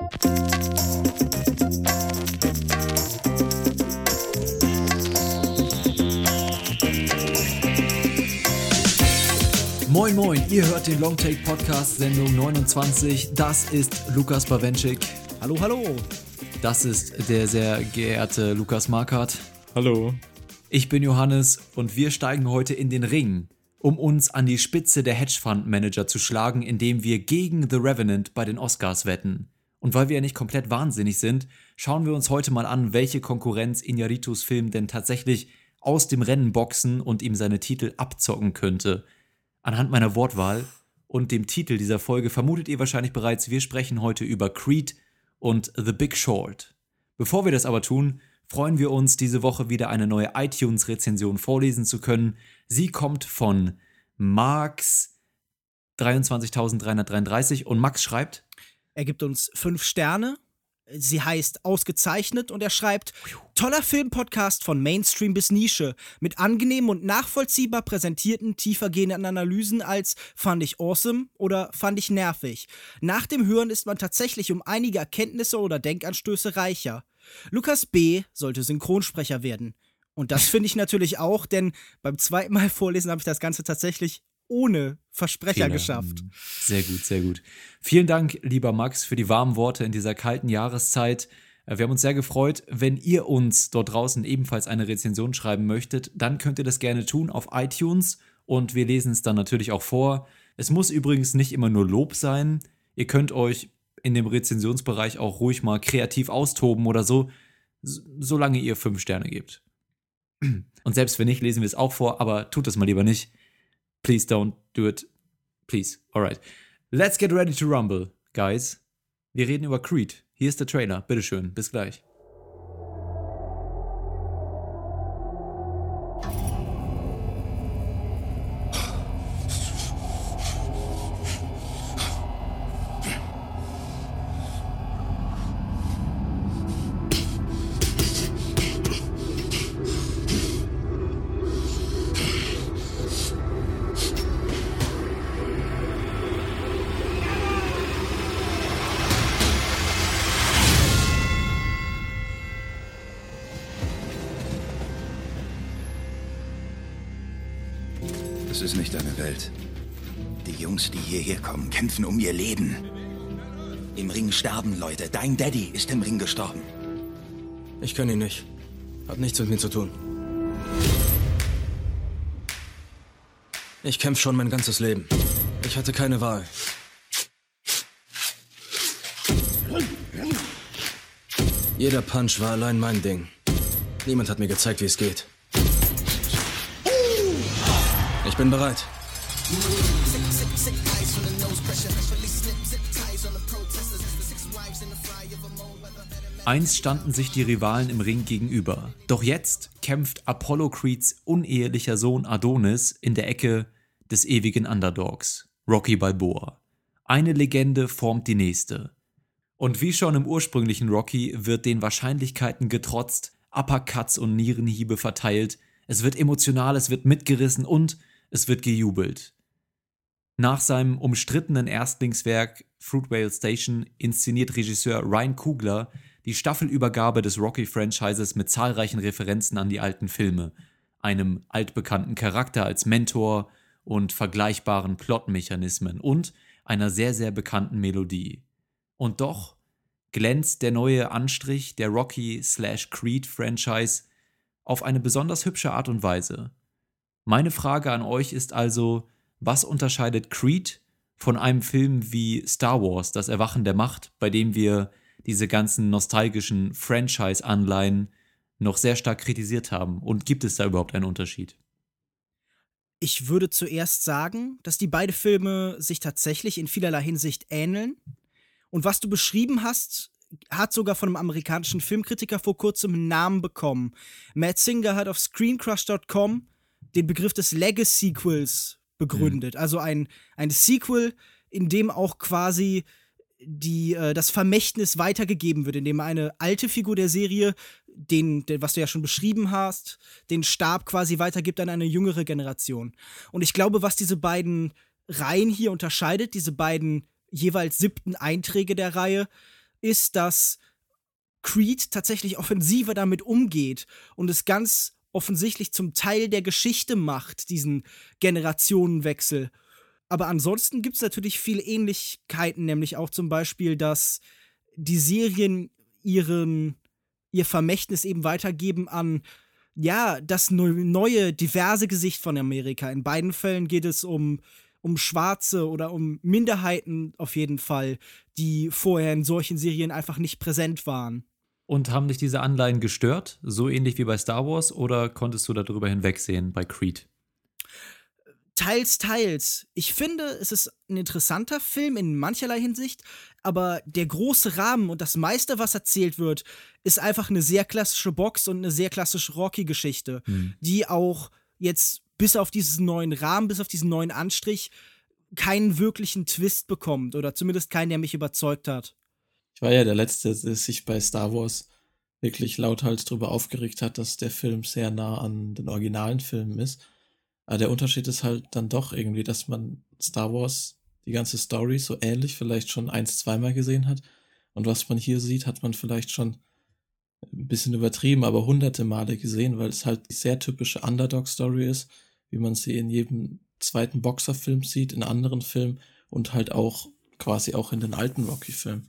Moin moin, ihr hört den Longtake Podcast Sendung 29. Das ist Lukas Bawenschik. Hallo, hallo. Das ist der sehr geehrte Lukas Markert. Hallo. Ich bin Johannes und wir steigen heute in den Ring, um uns an die Spitze der Hedgefondsmanager zu schlagen, indem wir gegen The Revenant bei den Oscars wetten. Und weil wir ja nicht komplett wahnsinnig sind, schauen wir uns heute mal an, welche Konkurrenz Iñárritus Film denn tatsächlich aus dem Rennen boxen und ihm seine Titel abzocken könnte. Anhand meiner Wortwahl und dem Titel dieser Folge vermutet ihr wahrscheinlich bereits, wir sprechen heute über Creed und The Big Short. Bevor wir das aber tun, freuen wir uns, diese Woche wieder eine neue iTunes-Rezension vorlesen zu können. Sie kommt von Max 23.333 und Max schreibt: Er gibt uns 5 Sterne. Sie heißt ausgezeichnet und er schreibt: Toller Filmpodcast von Mainstream bis Nische, mit angenehmen und nachvollziehbar präsentierten, tiefergehenden Analysen als fand ich awesome oder fand ich nervig. Nach dem Hören ist man tatsächlich um einige Erkenntnisse oder Denkanstöße reicher. Lukas B. sollte Synchronsprecher werden. Und das finde ich natürlich auch, denn beim zweiten Mal vorlesen habe ich das Ganze tatsächlich ohne Versprecher geschafft. Sehr gut, sehr gut. Vielen Dank, lieber Max, für die warmen Worte in dieser kalten Jahreszeit. Wir haben uns sehr gefreut. Wenn ihr uns dort draußen ebenfalls eine Rezension schreiben möchtet, dann könnt ihr das gerne tun auf iTunes und wir lesen es dann natürlich auch vor. Es muss übrigens nicht immer nur Lob sein. Ihr könnt euch in dem Rezensionsbereich auch ruhig mal kreativ austoben oder so, solange ihr 5 Sterne gebt. Und selbst wenn nicht, lesen wir es auch vor, aber tut das mal lieber nicht. Please don't do it. Please. Alright. Let's get ready to rumble, guys. Wir reden über Creed. Hier ist der Trailer. Bitteschön. Bis gleich. Das ist nicht deine Welt. Die Jungs, die hierher kommen, kämpfen um ihr Leben. Im Ring sterben Leute. Dein Daddy ist im Ring gestorben. Ich kenne ihn nicht. Hat nichts mit mir zu tun. Ich kämpfe schon mein ganzes Leben. Ich hatte keine Wahl. Jeder Punch war allein mein Ding. Niemand hat mir gezeigt, wie es geht. Ich bin bereit. Einst standen sich die Rivalen im Ring gegenüber. Doch jetzt kämpft Apollo Creeds unehelicher Sohn Adonis in der Ecke des ewigen Underdogs, Rocky Balboa. Eine Legende formt die nächste. Und wie schon im ursprünglichen Rocky wird den Wahrscheinlichkeiten getrotzt, Uppercuts und Nierenhiebe verteilt, es wird emotional, es wird mitgerissen und es wird gejubelt. Nach seinem umstrittenen Erstlingswerk Fruitvale Station inszeniert Regisseur Ryan Coogler die Staffelübergabe des Rocky-Franchises mit zahlreichen Referenzen an die alten Filme, einem altbekannten Charakter als Mentor und vergleichbaren Plotmechanismen und einer sehr, sehr bekannten Melodie. Und doch glänzt der neue Anstrich der Rocky/Creed-Franchise auf eine besonders hübsche Art und Weise. Meine Frage an euch ist also, was unterscheidet Creed von einem Film wie Star Wars, das Erwachen der Macht, bei dem wir diese ganzen nostalgischen Franchise-Anleihen noch sehr stark kritisiert haben? Und gibt es da überhaupt einen Unterschied? Ich würde zuerst sagen, dass die beiden Filme sich tatsächlich in vielerlei Hinsicht ähneln. Und was du beschrieben hast, hat sogar von einem amerikanischen Filmkritiker vor kurzem einen Namen bekommen. Matt Singer hat auf ScreenCrush.com den Begriff des Legacy-Sequels begründet. Also ein Sequel, in dem auch quasi das Vermächtnis weitergegeben wird, indem eine alte Figur der Serie, was du ja schon beschrieben hast, den Stab quasi weitergibt an eine jüngere Generation. Und ich glaube, was diese beiden Reihen hier unterscheidet, diese beiden jeweils 7. Einträge der Reihe, ist, dass Creed tatsächlich offensiver damit umgeht und es ganz offensichtlich zum Teil der Geschichte macht, diesen Generationenwechsel. Aber ansonsten gibt es natürlich viele Ähnlichkeiten, nämlich auch zum Beispiel, dass die Serien ihr Vermächtnis eben weitergeben an, ja, das neue, diverse Gesicht von Amerika. In beiden Fällen geht es um Schwarze oder um Minderheiten auf jeden Fall, die vorher in solchen Serien einfach nicht präsent waren. Und haben dich diese Anleihen gestört, so ähnlich wie bei Star Wars, oder konntest du darüber hinwegsehen bei Creed? Teils, teils. Ich finde, es ist ein interessanter Film in mancherlei Hinsicht, aber der große Rahmen und das meiste, was erzählt wird, ist einfach eine sehr klassische Box- und eine sehr klassische Rocky-Geschichte, die auch jetzt bis auf diesen neuen Rahmen, bis auf diesen neuen Anstrich keinen wirklichen Twist bekommt oder zumindest keinen, der mich überzeugt hat. Ich war ja der Letzte, der sich bei Star Wars wirklich lauthals drüber aufgeregt hat, dass der Film sehr nah an den originalen Filmen ist. Aber der Unterschied ist halt dann doch irgendwie, dass man Star Wars, die ganze Story so ähnlich vielleicht schon 1-2 Mal gesehen hat. Und was man hier sieht, hat man vielleicht schon ein bisschen übertrieben, aber hunderte Male gesehen, weil es halt die sehr typische Underdog-Story ist, wie man sie in jedem zweiten Boxerfilm sieht, in anderen Filmen und halt auch quasi auch in den alten Rocky-Filmen.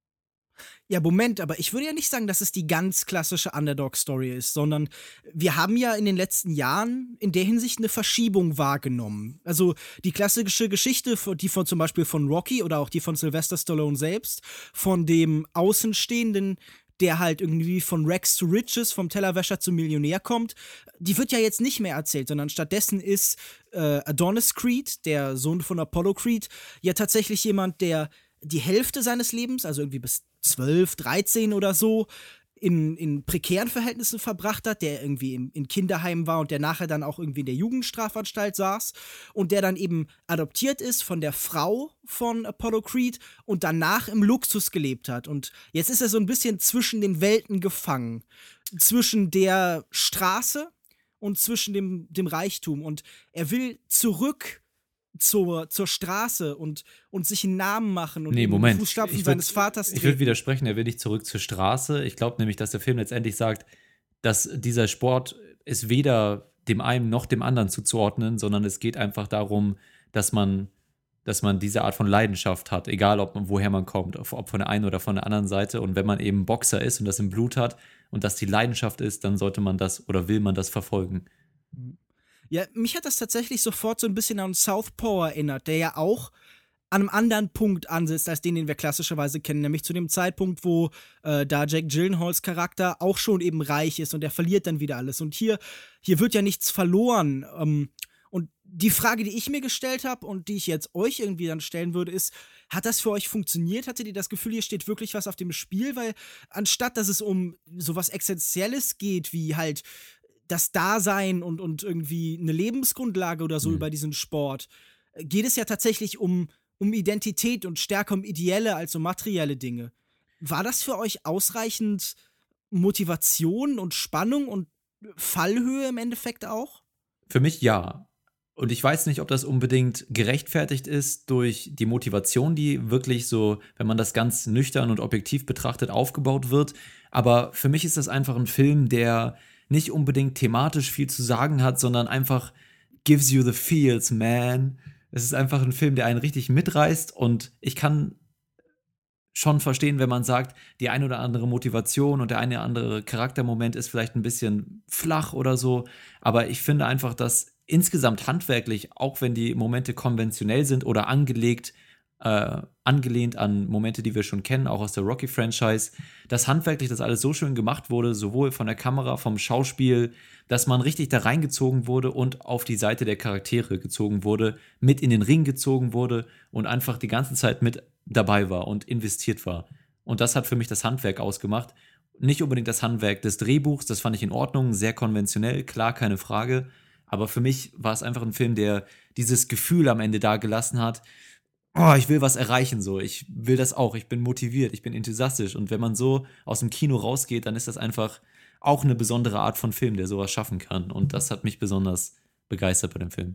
Ja, Moment, aber ich würde ja nicht sagen, dass es die ganz klassische Underdog-Story ist, sondern wir haben ja in den letzten Jahren in der Hinsicht eine Verschiebung wahrgenommen. Also die klassische Geschichte, die von zum Beispiel von Rocky oder auch die von Sylvester Stallone selbst, von dem Außenstehenden, der halt irgendwie von Rags to Riches, vom Tellerwäscher zum Millionär kommt, die wird ja jetzt nicht mehr erzählt, sondern stattdessen ist Adonis Creed, der Sohn von Apollo Creed, ja tatsächlich jemand, der die Hälfte seines Lebens, also irgendwie bis 12, 13 oder so, in prekären Verhältnissen verbracht hat, der irgendwie in Kinderheimen war und der nachher dann auch irgendwie in der Jugendstrafanstalt saß und der dann eben adoptiert ist von der Frau von Apollo Creed und danach im Luxus gelebt hat. Und jetzt ist er so ein bisschen zwischen den Welten gefangen. Zwischen der Straße und zwischen dem Reichtum. Und er will zurück zur Straße und sich einen Namen machen und Nee, in die Moment. Fußstapfen seines Vaters Ich würde treten. widersprechen, er will nicht zurück zur Straße. Ich glaube nämlich, dass der Film letztendlich sagt, dass dieser Sport ist weder dem einen noch dem anderen zuzuordnen, sondern es geht einfach darum, dass man diese Art von Leidenschaft hat, egal woher man kommt, ob von der einen oder von der anderen Seite. Und wenn man eben Boxer ist und das im Blut hat und das die Leidenschaft ist, dann sollte man das oder will man das verfolgen. Ja, mich hat das tatsächlich sofort so ein bisschen an Southpaw erinnert, der ja auch an einem anderen Punkt ansetzt, als den wir klassischerweise kennen, nämlich zu dem Zeitpunkt, wo da Jake Gyllenhaals Charakter auch schon eben reich ist und er verliert dann wieder alles. Und hier wird ja nichts verloren. Und die Frage, die ich mir gestellt habe und die ich jetzt euch irgendwie dann stellen würde, ist, hat das für euch funktioniert? Hattet ihr das Gefühl, hier steht wirklich was auf dem Spiel? Weil anstatt, dass es um sowas Essentielles geht, wie halt das Dasein und irgendwie eine Lebensgrundlage oder so über diesen Sport, geht es ja tatsächlich um Identität und stärker um ideelle als um materielle Dinge. War das für euch ausreichend Motivation und Spannung und Fallhöhe im Endeffekt auch? Für mich ja. Und ich weiß nicht, ob das unbedingt gerechtfertigt ist durch die Motivation, die wirklich so, wenn man das ganz nüchtern und objektiv betrachtet, aufgebaut wird. Aber für mich ist das einfach ein Film, der nicht unbedingt thematisch viel zu sagen hat, sondern einfach gives you the feels, man. Es ist einfach ein Film, der einen richtig mitreißt und ich kann schon verstehen, wenn man sagt, die eine oder andere Motivation und der eine oder andere Charaktermoment ist vielleicht ein bisschen flach oder so, aber ich finde einfach, dass insgesamt handwerklich, auch wenn die Momente konventionell sind oder angelehnt an Momente, die wir schon kennen, auch aus der Rocky-Franchise, dass handwerklich das alles so schön gemacht wurde, sowohl von der Kamera, vom Schauspiel, dass man richtig da reingezogen wurde und auf die Seite der Charaktere gezogen wurde, mit in den Ring gezogen wurde und einfach die ganze Zeit mit dabei war und investiert war. Und das hat für mich das Handwerk ausgemacht. Nicht unbedingt das Handwerk des Drehbuchs, das fand ich in Ordnung, sehr konventionell, klar, keine Frage. Aber für mich war es einfach ein Film, der dieses Gefühl am Ende da gelassen hat, oh, ich will was erreichen, so. Ich will das auch. Ich bin motiviert, ich bin enthusiastisch. Und wenn man so aus dem Kino rausgeht, dann ist das einfach auch eine besondere Art von Film, der sowas schaffen kann. Und das hat mich besonders begeistert bei dem Film.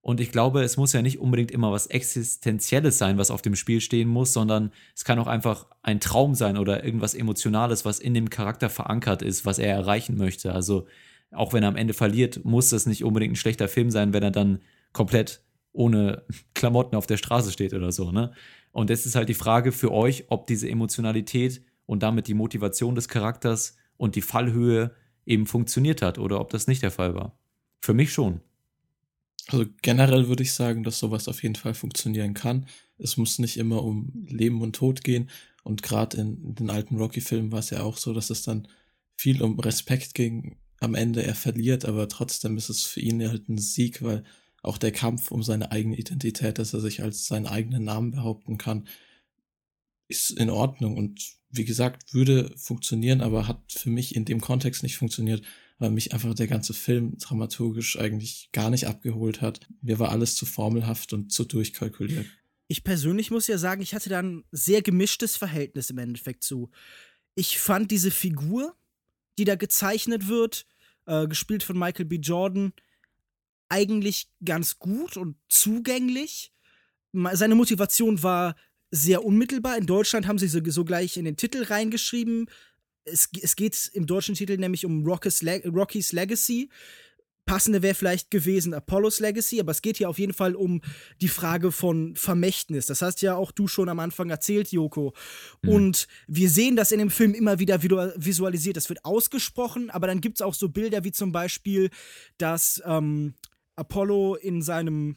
Und ich glaube, es muss ja nicht unbedingt immer was Existenzielles sein, was auf dem Spiel stehen muss, sondern es kann auch einfach ein Traum sein oder irgendwas Emotionales, was in dem Charakter verankert ist, was er erreichen möchte. Also auch wenn er am Ende verliert, muss das nicht unbedingt ein schlechter Film sein, wenn er dann komplett ohne Klamotten auf der Straße steht oder so, ne? Und das ist halt die Frage für euch, ob diese Emotionalität und damit die Motivation des Charakters und die Fallhöhe eben funktioniert hat oder ob das nicht der Fall war. Für mich schon. Also generell würde ich sagen, dass sowas auf jeden Fall funktionieren kann. Es muss nicht immer um Leben und Tod gehen. Und gerade in den alten Rocky-Filmen war es ja auch so, dass es dann viel um Respekt ging. Am Ende er verliert, aber trotzdem ist es für ihn halt ein Sieg, weil auch der Kampf um seine eigene Identität, dass er sich als seinen eigenen Namen behaupten kann, ist in Ordnung. Und wie gesagt, würde funktionieren, aber hat für mich in dem Kontext nicht funktioniert, weil mich einfach der ganze Film dramaturgisch eigentlich gar nicht abgeholt hat. Mir war alles zu formelhaft und zu durchkalkuliert. Ich persönlich muss ja sagen, ich hatte da ein sehr gemischtes Verhältnis im Endeffekt zu. Ich fand diese Figur, die da gezeichnet wird, gespielt von Michael B. Jordan, eigentlich ganz gut und zugänglich. Seine Motivation war sehr unmittelbar. In Deutschland haben sie so gleich in den Titel reingeschrieben. Es geht im deutschen Titel nämlich um Rocky's Legacy. Passende wäre vielleicht gewesen Apollos Legacy, aber es geht hier auf jeden Fall um die Frage von Vermächtnis. Das hast ja auch du schon am Anfang erzählt, Joko. Und wir sehen das in dem Film immer wieder visualisiert. Das wird ausgesprochen, aber dann gibt es auch so Bilder wie zum Beispiel, dass Apollo in seinem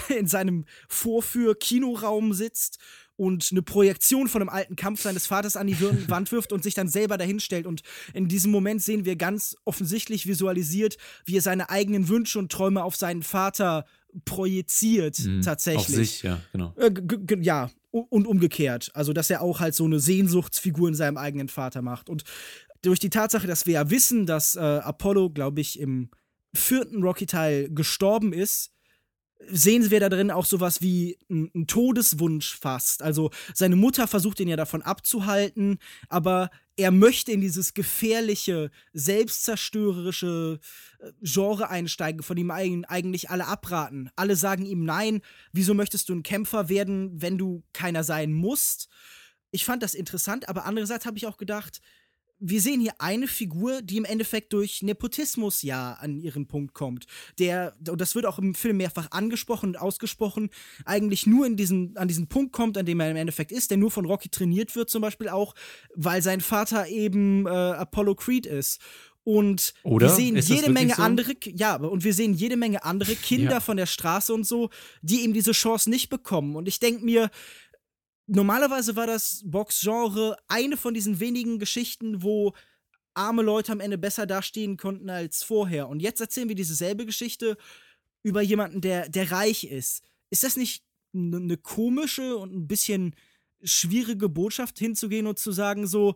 Vorführ-Kinoraum sitzt und eine Projektion von einem alten Kampf seines Vaters an die Wand wirft und sich dann selber dahinstellt. Und in diesem Moment sehen wir ganz offensichtlich visualisiert, wie er seine eigenen Wünsche und Träume auf seinen Vater projiziert, tatsächlich. Auf sich, ja, genau. Ja, und umgekehrt. Also, dass er auch halt so eine Sehnsuchtsfigur in seinem eigenen Vater macht. Und durch die Tatsache, dass wir ja wissen, dass Apollo, glaube ich, im 4. Rocky-Teil gestorben ist, sehen wir da drin auch sowas wie ein Todeswunsch fast. Also seine Mutter versucht ihn ja davon abzuhalten, aber er möchte in dieses gefährliche, selbstzerstörerische Genre einsteigen, von dem eigentlich alle abraten. Alle sagen ihm nein, wieso möchtest du ein Kämpfer werden, wenn du keiner sein musst? Ich fand das interessant, aber andererseits habe ich auch gedacht, wir sehen hier eine Figur, die im Endeffekt durch Nepotismus ja an ihren Punkt kommt. Und das wird auch im Film mehrfach angesprochen und ausgesprochen, eigentlich nur an diesen Punkt kommt, an dem er im Endeffekt ist, der nur von Rocky trainiert wird, zum Beispiel auch, weil sein Vater eben Apollo Creed ist. Und wir sehen jede Menge andere, und wir sehen jede Menge andere Kinder von der Straße und so, die eben diese Chance nicht bekommen. Und ich denke mir, normalerweise war das Boxgenre eine von diesen wenigen Geschichten, wo arme Leute am Ende besser dastehen konnten als vorher. Und jetzt erzählen wir dieselbe Geschichte über jemanden, der reich ist. Ist das nicht eine komische und ein bisschen schwierige Botschaft hinzugehen und zu sagen so,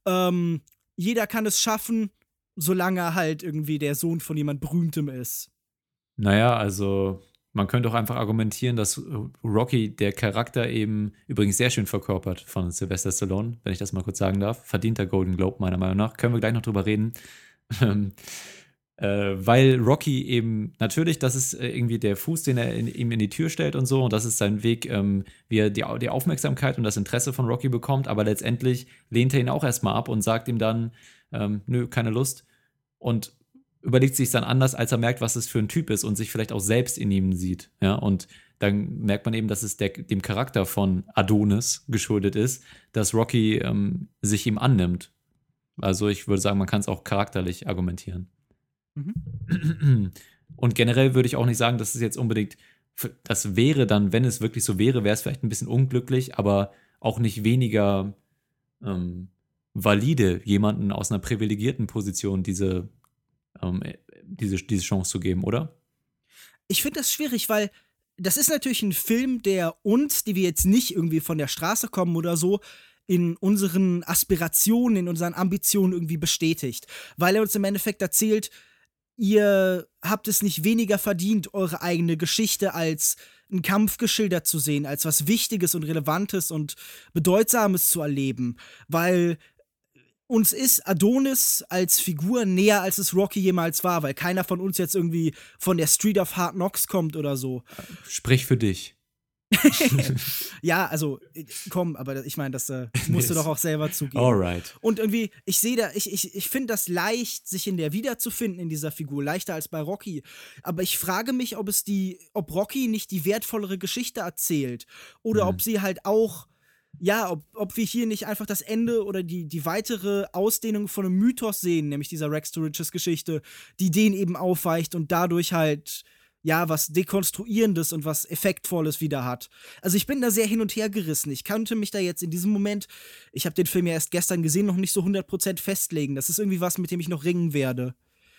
jeder kann es schaffen, solange er halt irgendwie der Sohn von jemand Berühmtem ist? Naja, also man könnte auch einfach argumentieren, dass Rocky der Charakter eben übrigens sehr schön verkörpert von Sylvester Stallone, wenn ich das mal kurz sagen darf. Verdienter Golden Globe, meiner Meinung nach. Können wir gleich noch drüber reden. Weil Rocky eben, natürlich, das ist irgendwie der Fuß, den er ihm in die Tür stellt und so. Und das ist sein Weg, wie er die Aufmerksamkeit und das Interesse von Rocky bekommt. Aber letztendlich lehnt er ihn auch erstmal ab und sagt ihm dann, nö, keine Lust. Und überlegt sich dann anders, als er merkt, was es für ein Typ ist und sich vielleicht auch selbst in ihm sieht. Ja, und dann merkt man eben, dass es dem Charakter von Adonis geschuldet ist, dass Rocky sich ihm annimmt. Also ich würde sagen, man kann es auch charakterlich argumentieren. Und generell würde ich auch nicht sagen, dass es jetzt unbedingt, das wäre dann, wenn es wirklich so wäre, wäre es vielleicht ein bisschen unglücklich, aber auch nicht weniger valide, jemanden aus einer privilegierten Position diese Chance zu geben, oder? Ich finde das schwierig, weil das ist natürlich ein Film, der uns, die wir jetzt nicht irgendwie von der Straße kommen oder so, in unseren Aspirationen, in unseren Ambitionen irgendwie bestätigt. Weil er uns im Endeffekt erzählt, ihr habt es nicht weniger verdient, eure eigene Geschichte als einen Kampf geschildert zu sehen, als was Wichtiges und Relevantes und Bedeutsames zu erleben. Weil uns ist Adonis als Figur näher, als es Rocky jemals war, weil keiner von uns jetzt irgendwie von der Street of Hard Knocks kommt oder so. Sprich für dich. Ja, also, komm, aber ich meine, das musst du doch auch selber zugeben. Alright. Und irgendwie, ich finde das leicht, sich in der wiederzufinden in dieser Figur, leichter als bei Rocky. Aber ich frage mich, ob Rocky nicht die wertvollere Geschichte erzählt. Oder ob sie halt auch, ja, ob wir hier nicht einfach das Ende oder die weitere Ausdehnung von einem Mythos sehen, nämlich dieser Rags to Riches Geschichte, die den eben aufweicht und dadurch halt ja, was Dekonstruierendes und was Effektvolles wieder hat. Also ich bin da sehr hin und her gerissen. Ich könnte mich da jetzt in diesem Moment, ich habe den Film ja erst gestern gesehen, noch nicht so 100% festlegen. Das ist irgendwie was, mit dem ich noch ringen werde.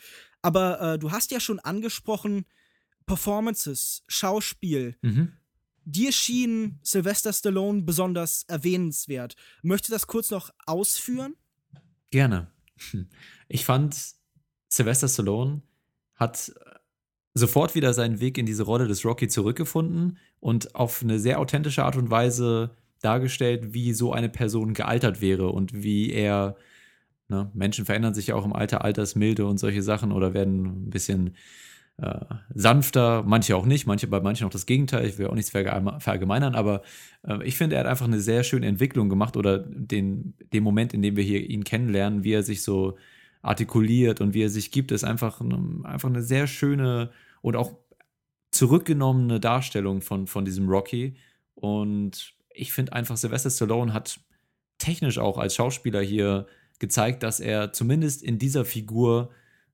Aber du hast ja schon angesprochen, Performances, Schauspiel. Dir schien Sylvester Stallone besonders erwähnenswert. Möchtest du das kurz noch ausführen? Gerne. Ich fand, Sylvester Stallone hat sofort wieder seinen Weg in diese Rolle des Rocky zurückgefunden und auf eine sehr authentische Art und Weise dargestellt, wie so eine Person gealtert wäre und wie er, Menschen verändern sich ja auch im Alter, Altersmilde und solche Sachen oder werden ein bisschen sanfter, manche auch nicht, bei manchen auch das Gegenteil, ich will auch nichts verallgemeinern, aber ich finde, er hat einfach eine sehr schöne Entwicklung gemacht oder den Moment, in dem wir hier ihn kennenlernen, wie er sich so artikuliert und wie er sich gibt, ist einfach eine sehr schöne und auch zurückgenommene Darstellung von diesem Rocky. Und ich finde einfach, Sylvester Stallone hat technisch auch als Schauspieler hier gezeigt, dass er zumindest in dieser Figur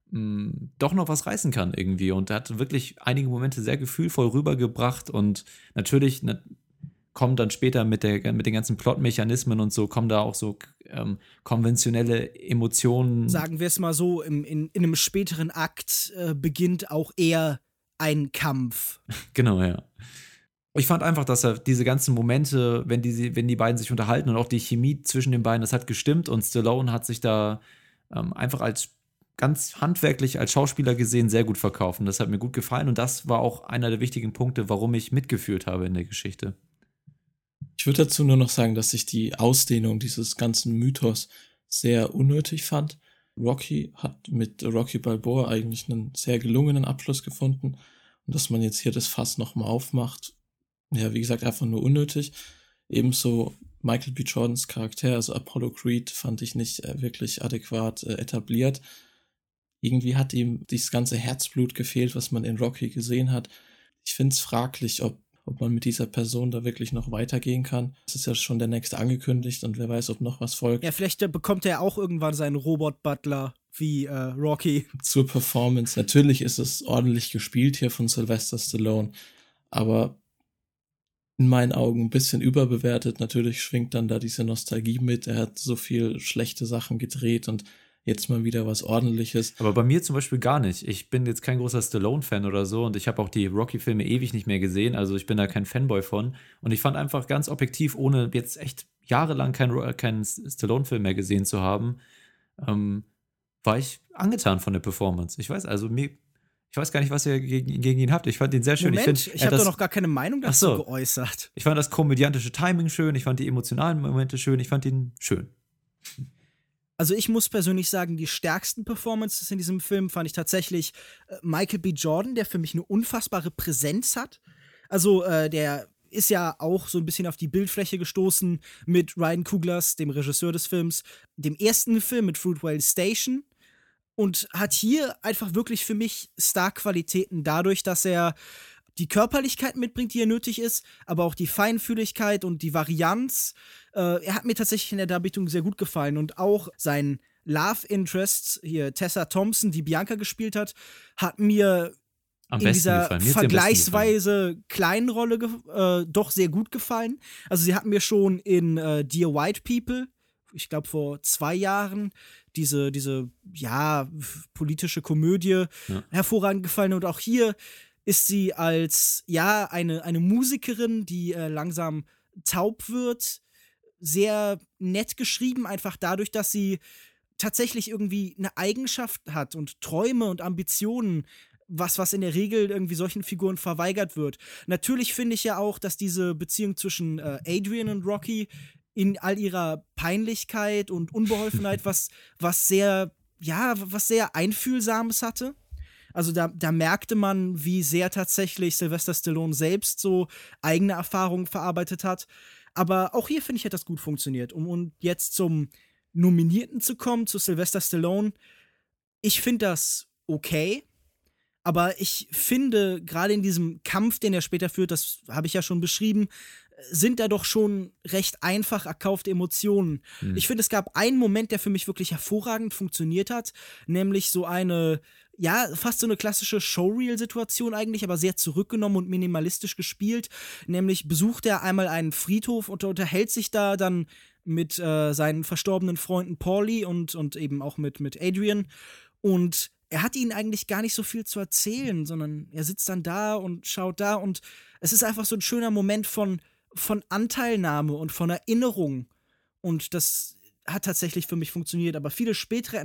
doch noch was reißen kann irgendwie. Und er hat wirklich einige Momente sehr gefühlvoll rübergebracht und natürlich kommen dann später mit den ganzen Plotmechanismen und so, kommen da auch so konventionelle Emotionen. Sagen wir es mal so, in einem späteren Akt beginnt auch eher ein Kampf. Genau, ja. Ich fand einfach, dass er diese ganzen Momente, wenn die beiden sich unterhalten und auch die Chemie zwischen den beiden, das hat gestimmt und Stallone hat sich da einfach als ganz handwerklich als Schauspieler gesehen sehr gut verkauft. Und das hat mir gut gefallen und das war auch einer der wichtigen Punkte, warum ich mitgefühlt habe in der Geschichte. Ich würde dazu nur noch sagen, dass ich die Ausdehnung dieses ganzen Mythos sehr unnötig fand. Rocky hat mit Rocky Balboa eigentlich einen sehr gelungenen Abschluss gefunden. Und dass man jetzt hier das Fass nochmal aufmacht, ja, wie gesagt, einfach nur unnötig. Ebenso Michael B. Jordans Charakter, also Apollo Creed, fand ich nicht wirklich adäquat etabliert. Irgendwie hat ihm dieses ganze Herzblut gefehlt, was man in Rocky gesehen hat. Ich finde es fraglich, ob man mit dieser Person da wirklich noch weitergehen kann. Es ist ja schon der nächste angekündigt und wer weiß, ob noch was folgt. Ja, vielleicht bekommt er auch irgendwann seinen Robot-Butler wie Rocky. Zur Performance. Natürlich ist es ordentlich gespielt hier von Sylvester Stallone, aber in meinen Augen ein bisschen überbewertet. Natürlich schwingt dann da diese Nostalgie mit. Er hat so viel schlechte Sachen gedreht und jetzt mal wieder was Ordentliches. Aber bei mir zum Beispiel gar nicht. Ich bin jetzt kein großer Stallone-Fan oder so und ich habe auch die Rocky-Filme ewig nicht mehr gesehen, also ich bin da kein Fanboy von. Und ich fand einfach ganz objektiv, ohne jetzt echt jahrelang keinen Stallone-Film mehr gesehen zu haben, war ich angetan von der Performance. Ich weiß gar nicht, was ihr gegen ihn habt. Ich fand ihn sehr schön. Moment, ich habe doch noch gar keine Meinung dazu geäußert. Ich fand das komödiantische Timing schön, ich fand die emotionalen Momente schön, ich fand ihn schön. Also ich muss persönlich sagen, die stärksten Performances in diesem Film fand ich tatsächlich Michael B. Jordan, der für mich eine unfassbare Präsenz hat. Also der ist ja auch so ein bisschen auf die Bildfläche gestoßen mit Ryan Coogler, dem Regisseur des Films, dem ersten Film mit Fruitvale Station und hat hier einfach wirklich für mich Star-Qualitäten dadurch, dass er die Körperlichkeit mitbringt, die er nötig ist, aber auch die Feinfühligkeit und die Varianz. Er hat mir tatsächlich in der Darbietung sehr gut gefallen und auch sein Love Interest, hier Tessa Thompson, die Bianca gespielt hat mir in dieser vergleichsweise kleinen Rolle doch sehr gut gefallen. Also sie hat mir schon in Dear White People, ich glaube vor 2 Jahren, diese politische Komödie hervorragend gefallen und auch hier ist sie als eine Musikerin, die langsam taub wird, sehr nett geschrieben, einfach dadurch, dass sie tatsächlich irgendwie eine Eigenschaft hat und Träume und Ambitionen, was in der Regel irgendwie solchen Figuren verweigert wird. Natürlich finde ich ja auch, dass diese Beziehung zwischen Adrian und Rocky in all ihrer Peinlichkeit und Unbeholfenheit was sehr Einfühlsames hatte. Also da merkte man, wie sehr tatsächlich Sylvester Stallone selbst so eigene Erfahrungen verarbeitet hat. Aber auch hier, finde ich, hat das gut funktioniert. Um jetzt zum Nominierten zu kommen, zu Sylvester Stallone, ich finde das okay. Aber ich finde, gerade in diesem Kampf, den er später führt, das habe ich ja schon beschrieben, sind da doch schon recht einfach erkaufte Emotionen. Ich finde, es gab einen Moment, der für mich wirklich hervorragend funktioniert hat, nämlich so eine, ja, fast so eine klassische Showreel-Situation eigentlich, aber sehr zurückgenommen und minimalistisch gespielt. Nämlich besucht er einmal einen Friedhof und unterhält sich da dann mit seinen verstorbenen Freunden Paulie und eben auch mit Adrian. Und er hat ihnen eigentlich gar nicht so viel zu erzählen, sondern er sitzt dann da und schaut da und es ist einfach so ein schöner Moment von Anteilnahme und von Erinnerung. Und das hat tatsächlich für mich funktioniert. Aber viele spätere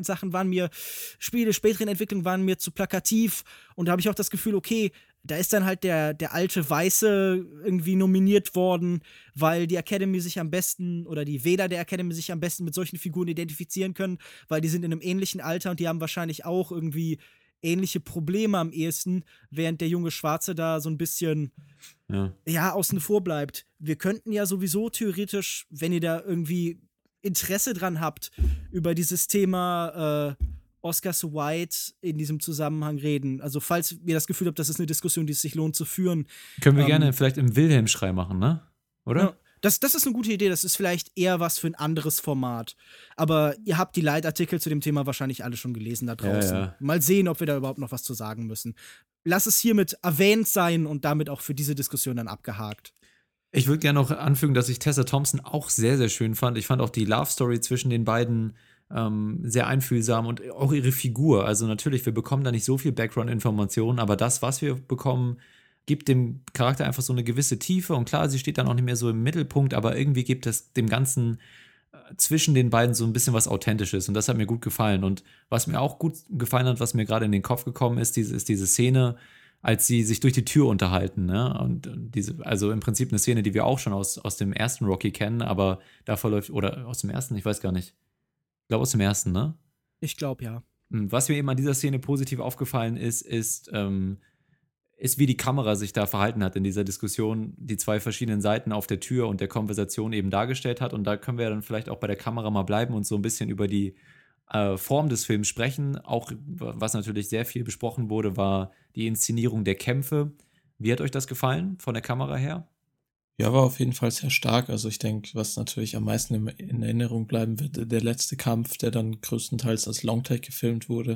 spätere Entwicklungen waren mir zu plakativ. Und da habe ich auch das Gefühl, okay, da ist dann halt der alte Weiße irgendwie nominiert worden, weil die Academy sich am besten oder die Wähler der Academy sich am besten mit solchen Figuren identifizieren können, weil die sind in einem ähnlichen Alter und die haben wahrscheinlich auch irgendwie ähnliche Probleme am ehesten, während der junge Schwarze da so ein bisschen außen vor bleibt. Wir könnten ja sowieso theoretisch, wenn ihr da irgendwie Interesse dran habt, über dieses Thema Oscar so White in diesem Zusammenhang reden. Also falls ihr das Gefühl habt, das ist eine Diskussion, die es sich lohnt zu führen. Können wir gerne vielleicht im Wilhelm-Schrei machen, ne? Oder? Ja, das ist eine gute Idee. Das ist vielleicht eher was für ein anderes Format. Aber ihr habt die Leitartikel zu dem Thema wahrscheinlich alle schon gelesen da draußen. Ja. Mal sehen, ob wir da überhaupt noch was zu sagen müssen. Lass es hiermit erwähnt sein und damit auch für diese Diskussion dann abgehakt. Ich würde gerne noch anfügen, dass ich Tessa Thompson auch sehr, sehr schön fand. Ich fand auch die Love-Story zwischen den beiden sehr einfühlsam und auch ihre Figur. Also natürlich, wir bekommen da nicht so viel Background-Informationen, aber das, was wir bekommen, gibt dem Charakter einfach so eine gewisse Tiefe. Und klar, sie steht dann auch nicht mehr so im Mittelpunkt, aber irgendwie gibt es dem Ganzen zwischen den beiden so ein bisschen was Authentisches. Und das hat mir gut gefallen. Und was mir auch gut gefallen hat, was mir gerade in den Kopf gekommen ist, ist diese Szene, als sie sich durch die Tür unterhalten, ne? Und also im Prinzip eine Szene, die wir auch schon aus dem ersten Rocky kennen, aber da verläuft, oder aus dem ersten, ich weiß gar nicht. Ich glaube aus dem ersten, ne? Ich glaube, ja. Was mir eben an dieser Szene positiv aufgefallen ist, wie die Kamera sich da verhalten hat in dieser Diskussion, die zwei verschiedenen Seiten auf der Tür und der Konversation eben dargestellt hat. Und da können wir dann vielleicht auch bei der Kamera mal bleiben und so ein bisschen über die Form des Films sprechen. Auch, was natürlich sehr viel besprochen wurde, war die Inszenierung der Kämpfe. Wie hat euch das gefallen von der Kamera her? Ja, war auf jeden Fall sehr stark. Also ich denke, was natürlich am meisten in Erinnerung bleiben wird, der letzte Kampf, der dann größtenteils als Longtake gefilmt wurde.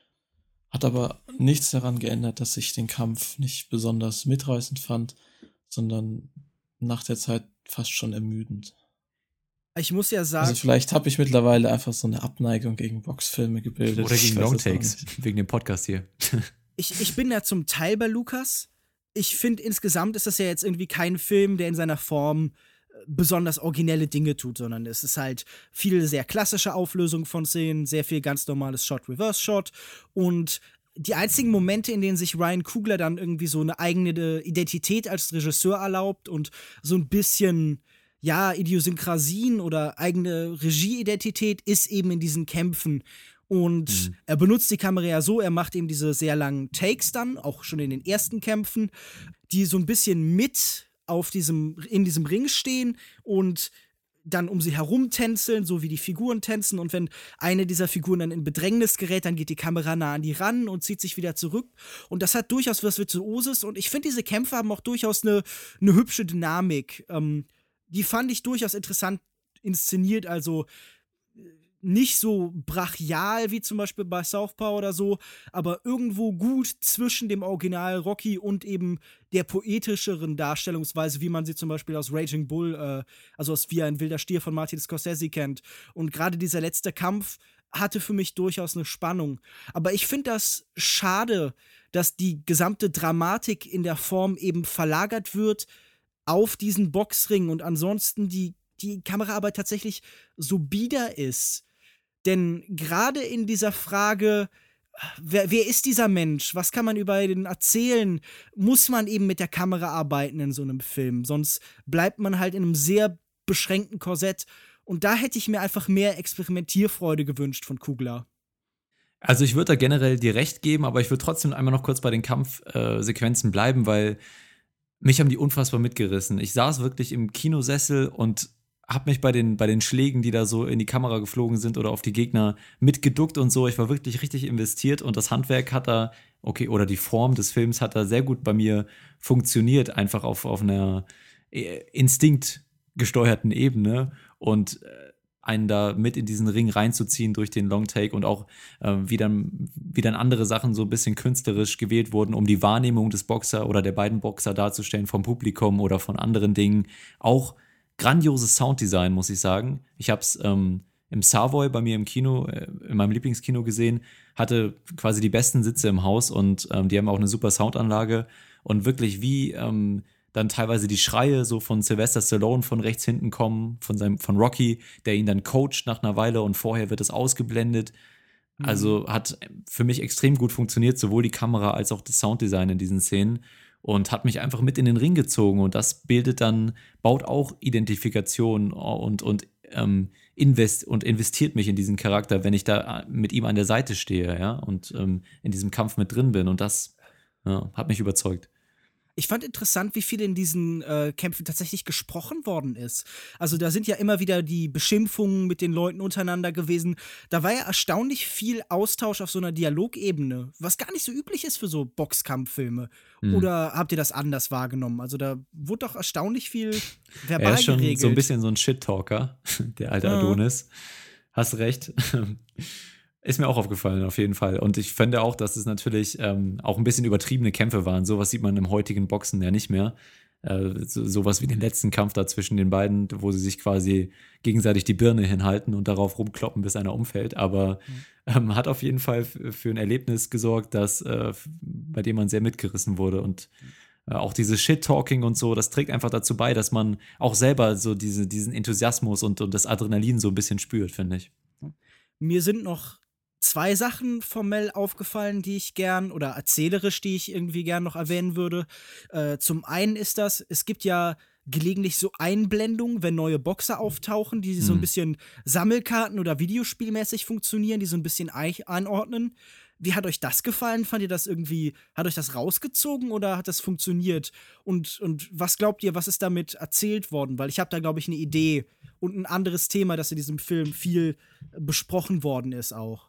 Hat aber nichts daran geändert, dass ich den Kampf nicht besonders mitreißend fand, sondern nach der Zeit fast schon ermüdend. Ich muss ja sagen. Also vielleicht habe ich mittlerweile einfach so eine Abneigung gegen Boxfilme gebildet. Oder gegen Longtakes, wegen dem Podcast hier. Ich bin ja zum Teil bei Lukas. Ich finde, insgesamt ist das ja jetzt irgendwie kein Film, der in seiner Form besonders originelle Dinge tut, sondern es ist halt viel sehr klassische Auflösung von Szenen, sehr viel ganz normales Shot-Reverse-Shot und die einzigen Momente, in denen sich Ryan Coogler dann irgendwie so eine eigene Identität als Regisseur erlaubt und so ein bisschen, ja, Idiosynkrasien oder eigene Regieidentität ist eben in diesen Kämpfen. Und er benutzt die Kamera ja so, er macht eben diese sehr langen Takes dann, auch schon in den ersten Kämpfen, die so ein bisschen mit in diesem Ring stehen und dann um sie herum tänzeln, so wie die Figuren tänzen. Und wenn eine dieser Figuren dann in Bedrängnis gerät, dann geht die Kamera nah an die ran und zieht sich wieder zurück. Und das hat durchaus was Virtuoses. Und ich finde, diese Kämpfe haben auch durchaus eine hübsche Dynamik. Die fand ich durchaus interessant inszeniert, also nicht so brachial wie zum Beispiel bei Southpaw oder so, aber irgendwo gut zwischen dem Original Rocky und eben der poetischeren Darstellungsweise, wie man sie zum Beispiel aus Raging Bull, also aus Wie ein wilder Stier von Martin Scorsese kennt. Und gerade dieser letzte Kampf hatte für mich durchaus eine Spannung. Aber ich finde das schade, dass die gesamte Dramatik in der Form eben verlagert wird auf diesen Boxring und ansonsten die Kameraarbeit tatsächlich so bieder ist. Denn gerade in dieser Frage, wer ist dieser Mensch? Was kann man über ihn erzählen? Muss man eben mit der Kamera arbeiten in so einem Film? Sonst bleibt man halt in einem sehr beschränkten Korsett. Und da hätte ich mir einfach mehr Experimentierfreude gewünscht von Coogler. Also ich würde da generell dir recht geben, aber ich würde trotzdem einmal noch kurz bei den Kampfsequenzen bleiben, weil mich haben die unfassbar mitgerissen. Ich saß wirklich im Kinosessel und habe mich bei den Schlägen, die da so in die Kamera geflogen sind oder auf die Gegner mitgeduckt und so. Ich war wirklich richtig investiert und das Handwerk hat da, oder die Form des Films hat da sehr gut bei mir funktioniert, einfach auf einer instinktgesteuerten Ebene und einen da mit in diesen Ring reinzuziehen durch den Longtake und auch wie dann andere Sachen so ein bisschen künstlerisch gewählt wurden, um die Wahrnehmung des Boxer oder der beiden Boxer darzustellen vom Publikum oder von anderen Dingen. Auch grandioses Sounddesign, muss ich sagen. Ich habe es im Savoy bei mir im Kino, in meinem Lieblingskino gesehen, hatte quasi die besten Sitze im Haus und die haben auch eine super Soundanlage und wirklich wie dann teilweise die Schreie so von Sylvester Stallone von rechts hinten kommen, von Rocky, der ihn dann coacht nach einer Weile und vorher wird es ausgeblendet. Also hat für mich extrem gut funktioniert, sowohl die Kamera als auch das Sounddesign in diesen Szenen und hat mich einfach mit in den Ring gezogen und das baut auch Identifikation und investiert mich in diesen Charakter, wenn ich da mit ihm an der Seite stehe, ja, und in diesem Kampf mit drin bin und das hat mich überzeugt. Ich fand interessant, wie viel in diesen Kämpfen tatsächlich gesprochen worden ist. Also da sind ja immer wieder die Beschimpfungen mit den Leuten untereinander gewesen. Da war ja erstaunlich viel Austausch auf so einer Dialogebene, was gar nicht so üblich ist für so Boxkampffilme. Oder habt ihr das anders wahrgenommen? Also da wurde doch erstaunlich viel verbal Er ist schon geregelt. so ein bisschen so ein Shit-Talker, der alte Adonis. Hast recht. Ist mir auch aufgefallen, auf jeden Fall. Und ich finde auch, dass es natürlich auch ein bisschen übertriebene Kämpfe waren. Sowas sieht man im heutigen Boxen ja nicht mehr. Sowas wie den letzten Kampf da zwischen den beiden, wo sie sich quasi gegenseitig die Birne hinhalten und darauf rumkloppen, bis einer umfällt. Aber hat auf jeden Fall für ein Erlebnis gesorgt, bei dem man sehr mitgerissen wurde. Und auch dieses Shit-Talking und so, das trägt einfach dazu bei, dass man auch selber so diesen Enthusiasmus und das Adrenalin so ein bisschen spürt, finde ich. Mir sind noch 2 Sachen formell aufgefallen, die ich gern, oder erzählerisch, die ich irgendwie gern noch erwähnen würde. Zum einen ist es gibt ja gelegentlich so Einblendungen, wenn neue Boxer auftauchen, die so ein bisschen Sammelkarten oder videospielmäßig funktionieren, die so ein bisschen einordnen. Wie hat euch das gefallen? Fand ihr das irgendwie, hat euch das rausgezogen oder hat das funktioniert? Und was glaubt ihr, was ist damit erzählt worden? Weil ich habe da, glaube ich, eine Idee und ein anderes Thema, das in diesem Film viel besprochen worden ist auch.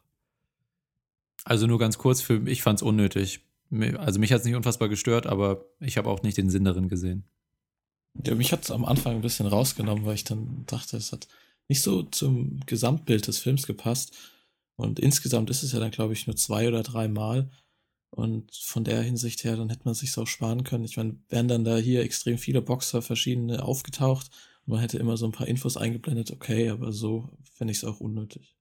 Also nur ganz kurz, ich fand es unnötig. Also mich hat es nicht unfassbar gestört, aber ich habe auch nicht den Sinn darin gesehen. Ja, mich hat es am Anfang ein bisschen rausgenommen, weil ich dann dachte, es hat nicht so zum Gesamtbild des Films gepasst. Und insgesamt ist es ja dann, glaube ich, nur 2 oder 3 Mal. Und von der Hinsicht her, dann hätte man sich's auch sparen können. Ich meine, wären dann da hier extrem viele Boxer, verschiedene aufgetaucht und man hätte immer so ein paar Infos eingeblendet, okay, aber so fände ich es auch unnötig.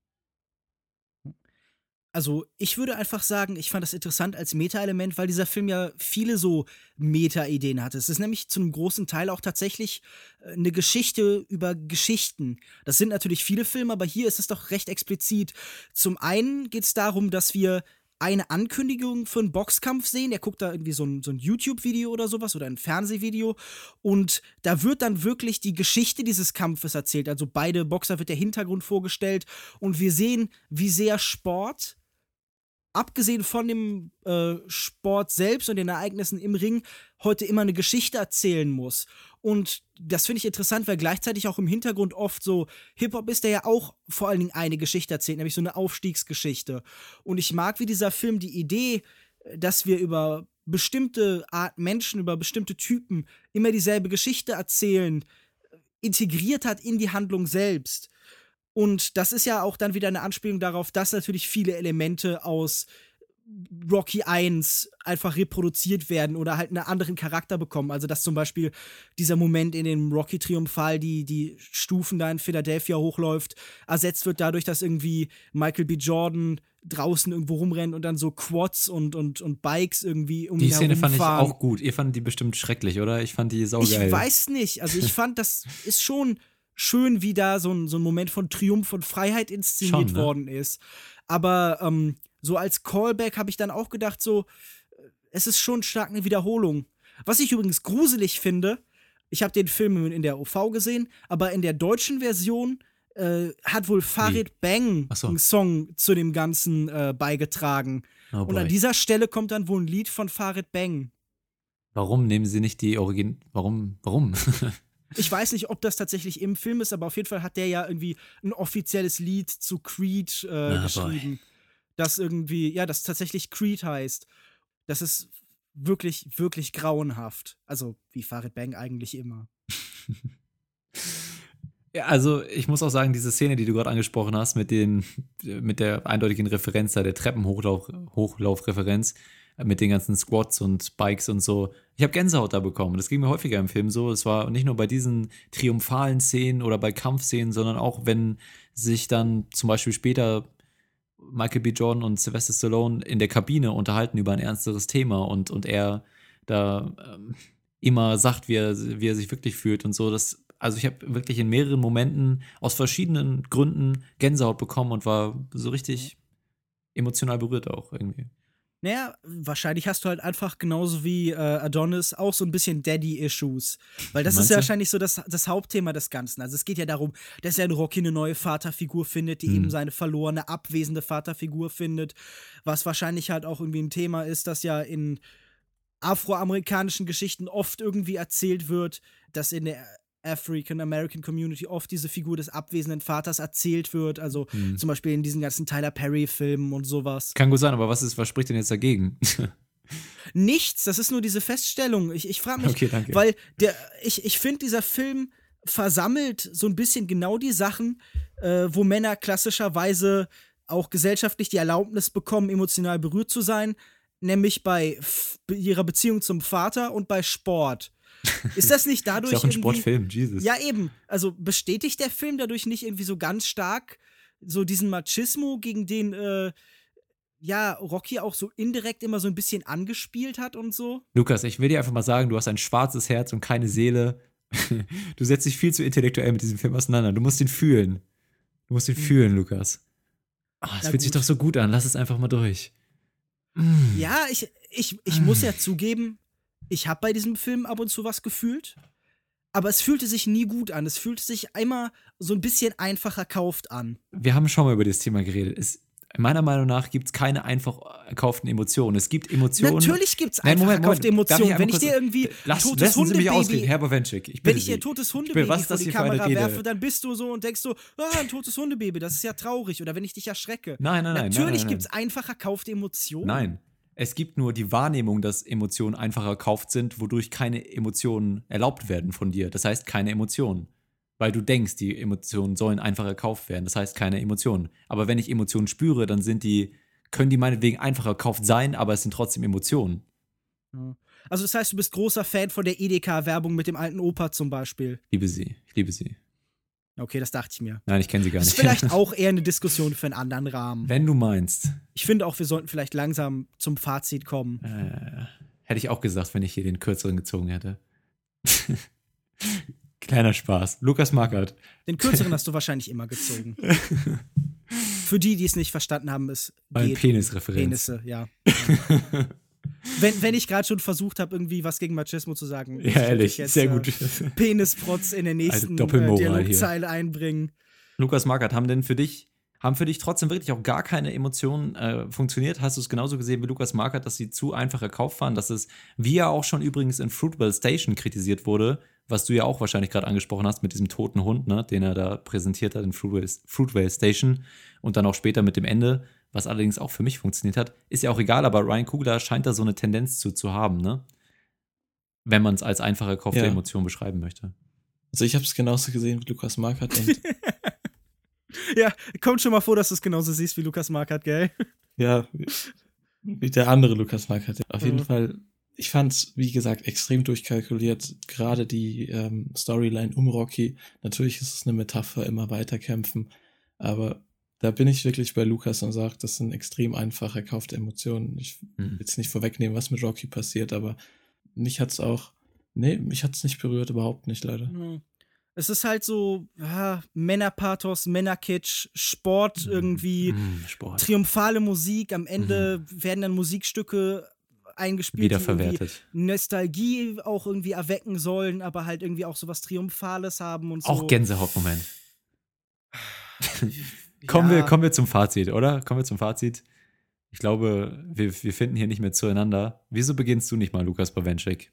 Also, ich würde einfach sagen, ich fand das interessant als Meta-Element, weil dieser Film ja viele so Meta-Ideen hatte. Es ist nämlich zu einem großen Teil auch tatsächlich eine Geschichte über Geschichten. Das sind natürlich viele Filme, aber hier ist es doch recht explizit. Zum einen geht es darum, dass wir eine Ankündigung für einen Boxkampf sehen. Er guckt da irgendwie so ein YouTube-Video oder sowas oder ein Fernsehvideo. Und da wird dann wirklich die Geschichte dieses Kampfes erzählt. Also beide Boxer wird der Hintergrund vorgestellt. Und wir sehen, wie sehr Sport, abgesehen von dem Sport selbst und den Ereignissen im Ring, heute immer eine Geschichte erzählen muss. Und das finde ich interessant, weil gleichzeitig auch im Hintergrund oft so Hip-Hop ist, der ja auch vor allen Dingen eine Geschichte erzählt, nämlich so eine Aufstiegsgeschichte. Und ich mag, wie dieser Film die Idee, dass wir über bestimmte Art Menschen, über bestimmte Typen immer dieselbe Geschichte erzählen, integriert hat in die Handlung selbst. Und das ist ja auch dann wieder eine Anspielung darauf, dass natürlich viele Elemente aus Rocky 1 einfach reproduziert werden oder halt einen anderen Charakter bekommen. Also dass zum Beispiel dieser Moment, in dem Rocky triumphal die Stufen da in Philadelphia hochläuft, ersetzt wird dadurch, dass irgendwie Michael B. Jordan draußen irgendwo rumrennt und dann so Quads und Bikes irgendwie um ihn Die Szene fand ich herumfahren. auch gut. Ihr fandet die bestimmt schrecklich, oder? Ich fand die saugeil. Ich weiß nicht. Also ich fand, das ist schon schön, wie da so ein Moment von Triumph und Freiheit inszeniert Schon, ne? worden ist. Aber so als Callback habe ich dann auch gedacht, so, es ist schon stark eine Wiederholung. Was ich übrigens gruselig finde, Ich habe den Film in der OV gesehen, aber in der deutschen Version hat wohl Farid Bang einen Song zu dem Ganzen beigetragen. Oh und an dieser Stelle kommt dann wohl ein Lied von Farid Bang. Warum nehmen sie nicht die Warum? Ich weiß nicht, ob das tatsächlich im Film ist, aber auf jeden Fall hat der ja irgendwie ein offizielles Lied zu Creed geschrieben. Das irgendwie, ja, das tatsächlich Creed heißt. Das ist wirklich, wirklich grauenhaft. Also, wie Farid Bang eigentlich immer. Ja, also ich muss auch sagen, diese Szene, die du gerade angesprochen hast, mit der eindeutigen Referenz da, der Treppenhochlaufreferenz, mit den ganzen Squats und Bikes und so. Ich habe Gänsehaut da bekommen. Das ging mir häufiger im Film so. Es war nicht nur bei diesen triumphalen Szenen oder bei Kampfszenen, sondern auch, wenn sich dann zum Beispiel später Michael B. Jordan und Sylvester Stallone in der Kabine unterhalten über ein ernsteres Thema und er da immer sagt, wie er sich wirklich fühlt und so. Also ich habe wirklich in mehreren Momenten aus verschiedenen Gründen Gänsehaut bekommen und war so richtig emotional berührt auch irgendwie. Naja, wahrscheinlich hast du halt einfach genauso wie Adonis auch so ein bisschen Daddy-Issues. Weil das ist ja wahrscheinlich so das Hauptthema des Ganzen. Also es geht ja darum, dass er in Rocky eine neue Vaterfigur findet, die eben seine verlorene, abwesende Vaterfigur findet. Was wahrscheinlich halt auch irgendwie ein Thema ist, das ja in afroamerikanischen Geschichten oft irgendwie erzählt wird, dass in der African-American Community oft diese Figur des abwesenden Vaters erzählt wird, also zum Beispiel in diesen ganzen Tyler Perry-Filmen und sowas. Kann gut sein, aber was spricht denn jetzt dagegen? Nichts, das ist nur diese Feststellung. Ich frage mich, okay, danke. weil ich finde, dieser Film versammelt so ein bisschen genau die Sachen, wo Männer klassischerweise auch gesellschaftlich die Erlaubnis bekommen, emotional berührt zu sein, nämlich bei ihrer Beziehung zum Vater und bei Sport. Ist das nicht dadurch ist auch ein Sportfilm, Jesus. Ja, eben. Also bestätigt der Film dadurch nicht irgendwie so ganz stark so diesen Machismo, gegen den Rocky auch so indirekt immer so ein bisschen angespielt hat und so? Lukas, ich will dir einfach mal sagen, du hast ein schwarzes Herz und keine Seele. Du setzt dich viel zu intellektuell mit diesem Film auseinander. Du musst ihn fühlen. Du musst ihn fühlen, Lukas. Es fühlt sich doch so gut an. Lass es einfach mal durch. Ja, ich muss ja zugeben, ich habe bei diesem Film ab und zu was gefühlt, aber es fühlte sich nie gut an. Es fühlte sich einmal so ein bisschen einfach erkauft an. Wir haben schon mal über das Thema geredet. Meiner Meinung nach gibt es keine einfach erkauften Emotionen. Es gibt Emotionen. Natürlich gibt es einfach erkaufte Emotionen. Wenn ich dir irgendwie ein totes Hundebaby, Herr Bawenschik, wenn ich dir ein totes Hundebaby vor die Kamera Rede? werfe, dann bist du so und denkst so, ein totes Hundebaby, das ist ja traurig. Oder wenn ich dich erschrecke. Nein. Natürlich gibt es einfach erkaufte Emotionen. Nein. Es gibt nur die Wahrnehmung, dass Emotionen einfach erkauft sind, wodurch keine Emotionen erlaubt werden von dir. Das heißt, keine Emotionen. Weil du denkst, die Emotionen sollen einfach erkauft werden. Das heißt, keine Emotionen. Aber wenn ich Emotionen spüre, dann können die meinetwegen einfach erkauft sein, aber es sind trotzdem Emotionen. Also das heißt, du bist großer Fan von der Edeka-Werbung mit dem alten Opa zum Beispiel. Ich liebe sie. Okay, das dachte ich mir. Nein, ich kenne sie gar nicht. Das ist vielleicht auch eher eine Diskussion für einen anderen Rahmen. Wenn du meinst. Ich finde auch, wir sollten vielleicht langsam zum Fazit kommen. Hätte ich auch gesagt, wenn ich hier den kürzeren gezogen hätte. Kleiner Spaß. Lukas Markert. Den kürzeren hast du wahrscheinlich immer gezogen. Für die es nicht verstanden haben, es geht Penisreferenz. Penisse, ja. Wenn ich gerade schon versucht habe, irgendwie was gegen Machismo zu sagen. Ja, ehrlich, jetzt, sehr gut. Penisprotz in der nächsten Dialogzeile einbringen. Lukas Markert, haben für dich trotzdem wirklich auch gar keine Emotionen funktioniert? Hast du es genauso gesehen wie Lukas Markert, dass sie zu einfach erkauft waren? Dass es, wie ja auch schon übrigens in Fruitvale Station kritisiert wurde, was du ja auch wahrscheinlich gerade angesprochen hast mit diesem toten Hund, ne, den er da präsentiert hat in Fruitvale Station und dann auch später mit dem Ende, was allerdings auch für mich funktioniert hat. Ist ja auch egal, aber Ryan Coogler scheint da so eine Tendenz zu haben, ne? Wenn man es als einfach erkaufte Emotion beschreiben möchte. Also ich habe es genauso gesehen wie Lukas Markert und ja, kommt schon mal vor, dass du es genauso siehst wie Lukas Markert, gell? Ja, wie der andere Lukas Markert. Auf jeden Fall, ich fand's, wie gesagt, extrem durchkalkuliert. Gerade die Storyline um Rocky. Natürlich ist es eine Metapher, immer weiterkämpfen. Aber da bin ich wirklich bei Lukas und sage, das sind extrem einfach erkaufte Emotionen. Ich will jetzt nicht vorwegnehmen, was mit Rocky passiert, aber mich hat's nicht berührt, überhaupt nicht, leider. Es ist halt so Männerpathos, Männerkitsch, Sport irgendwie, Sport. triumphale Musik. Am Ende werden dann Musikstücke eingespielt, die irgendwie Wiederverwertet. Nostalgie auch irgendwie erwecken sollen, aber halt irgendwie auch so was Triumphales haben und so. Auch Gänsehautmoment. Kommen wir zum Fazit, oder? Kommen wir zum Fazit. Ich glaube, wir finden hier nicht mehr zueinander. Wieso beginnst du nicht mal, Lukas Bawenschik?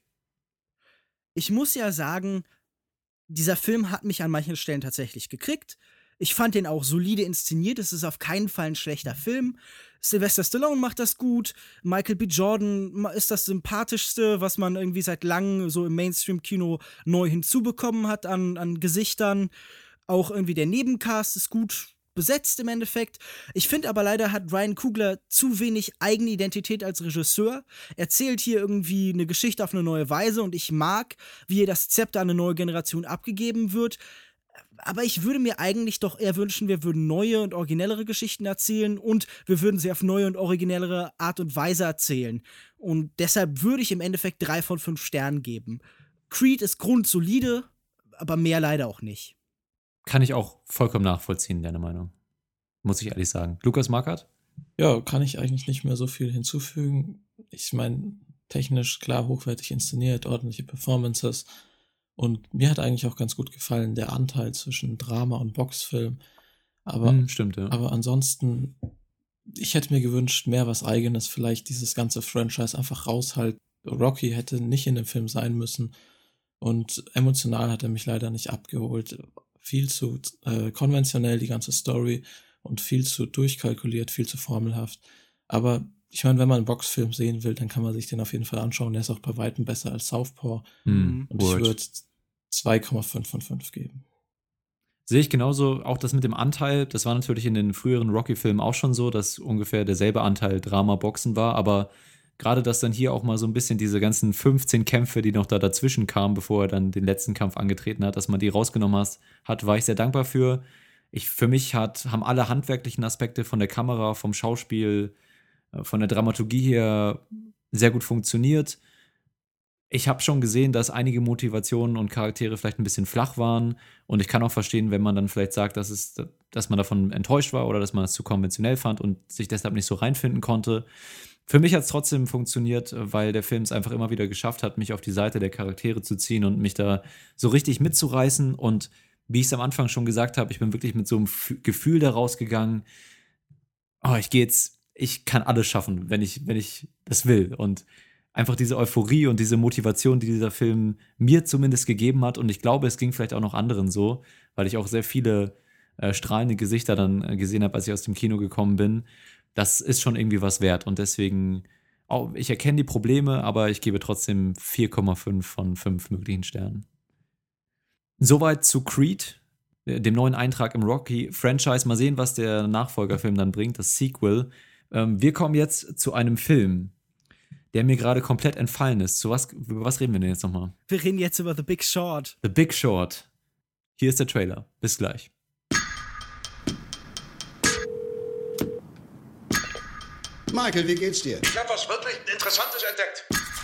Ich muss ja sagen, dieser Film hat mich an manchen Stellen tatsächlich gekriegt. Ich fand den auch solide inszeniert. Es ist auf keinen Fall ein schlechter Film. Sylvester Stallone macht das gut. Michael B. Jordan ist das Sympathischste, was man irgendwie seit langem so im Mainstream-Kino neu hinzubekommen hat an Gesichtern. Auch irgendwie der Nebencast ist gut besetzt im Endeffekt. Ich finde aber leider hat Ryan Coogler zu wenig eigene Identität als Regisseur. Er erzählt hier irgendwie eine Geschichte auf eine neue Weise und ich mag, wie hier das Zepter an eine neue Generation abgegeben wird. Aber ich würde mir eigentlich doch eher wünschen, wir würden neue und originellere Geschichten erzählen und wir würden sie auf neue und originellere Art und Weise erzählen. Und deshalb würde ich im Endeffekt 3 von 5 Sternen geben. Creed ist grundsolide, aber mehr leider auch nicht. Kann ich auch vollkommen nachvollziehen, deine Meinung. Muss ich ehrlich sagen. Lukas Markert? Ja, kann ich eigentlich nicht mehr so viel hinzufügen. Ich meine, technisch klar hochwertig inszeniert, ordentliche Performances. Und mir hat eigentlich auch ganz gut gefallen der Anteil zwischen Drama und Boxfilm. Aber, Stimmt, ja. aber ansonsten, ich hätte mir gewünscht, mehr was Eigenes, vielleicht dieses ganze Franchise einfach raushalten. Rocky hätte nicht in dem Film sein müssen. Und emotional hat er mich leider nicht abgeholt. Viel zu konventionell, die ganze Story, und viel zu durchkalkuliert, viel zu formelhaft. Aber ich meine, wenn man einen Boxfilm sehen will, dann kann man sich den auf jeden Fall anschauen. Der ist auch bei weitem besser als Southpaw. Und ich würde 2,5 von 5 geben. Sehe ich genauso. Auch das mit dem Anteil, das war natürlich in den früheren Rocky-Filmen auch schon so, dass ungefähr derselbe Anteil Drama-Boxen war, aber gerade, dass dann hier auch mal so ein bisschen diese ganzen 15 Kämpfe, die noch dazwischen kamen, bevor er dann den letzten Kampf angetreten hat, dass man die rausgenommen hat, war ich sehr dankbar für. Für mich haben alle handwerklichen Aspekte von der Kamera, vom Schauspiel, von der Dramaturgie her sehr gut funktioniert. Ich habe schon gesehen, dass einige Motivationen und Charaktere vielleicht ein bisschen flach waren und ich kann auch verstehen, wenn man dann vielleicht sagt, dass man davon enttäuscht war oder dass man es zu konventionell fand und sich deshalb nicht so reinfinden konnte. Für mich hat es trotzdem funktioniert, weil der Film es einfach immer wieder geschafft hat, mich auf die Seite der Charaktere zu ziehen und mich da so richtig mitzureißen. Und wie ich es am Anfang schon gesagt habe, ich bin wirklich mit so einem Gefühl da rausgegangen, ich kann alles schaffen, wenn ich das will. Und einfach diese Euphorie und diese Motivation, die dieser Film mir zumindest gegeben hat. Und ich glaube, es ging vielleicht auch noch anderen so, weil ich auch sehr viele strahlende Gesichter dann gesehen habe, als ich aus dem Kino gekommen bin. Das ist schon irgendwie was wert und deswegen, ich erkenne die Probleme, aber ich gebe trotzdem 4,5 von 5 möglichen Sternen. Soweit zu Creed, dem neuen Eintrag im Rocky-Franchise. Mal sehen, was der Nachfolgerfilm dann bringt, das Sequel. Wir kommen jetzt zu einem Film, der mir gerade komplett entfallen ist. Über was reden wir denn jetzt nochmal? Wir reden jetzt über The Big Short. The Big Short. Hier ist der Trailer. Bis gleich. Michael, wie geht's dir? Ich habe was wirklich Interessantes entdeckt.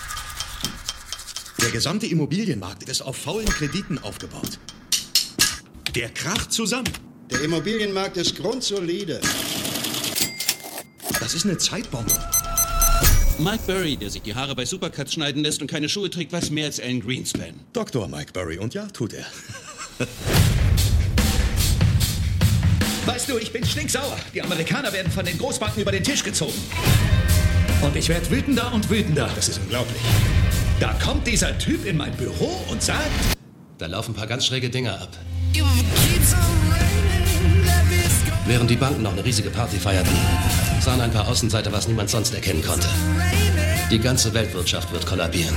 Der gesamte Immobilienmarkt ist auf faulen Krediten aufgebaut. Der kracht zusammen. Der Immobilienmarkt ist grundsolide. Das ist eine Zeitbombe. Mike Burry, der sich die Haare bei Supercuts schneiden lässt und keine Schuhe trägt, weiß mehr als Alan Greenspan. Dr. Mike Burry, und ja, tut er. Weißt du, ich bin stinksauer. Die Amerikaner werden von den Großbanken über den Tisch gezogen. Und ich werde wütender und wütender. Das ist unglaublich. Da kommt dieser Typ in mein Büro und sagt... Da laufen ein paar ganz schräge Dinge ab. Während die Banken noch eine riesige Party feierten, sahen ein paar Außenseiter, was niemand sonst erkennen konnte. Die ganze Weltwirtschaft wird kollabieren.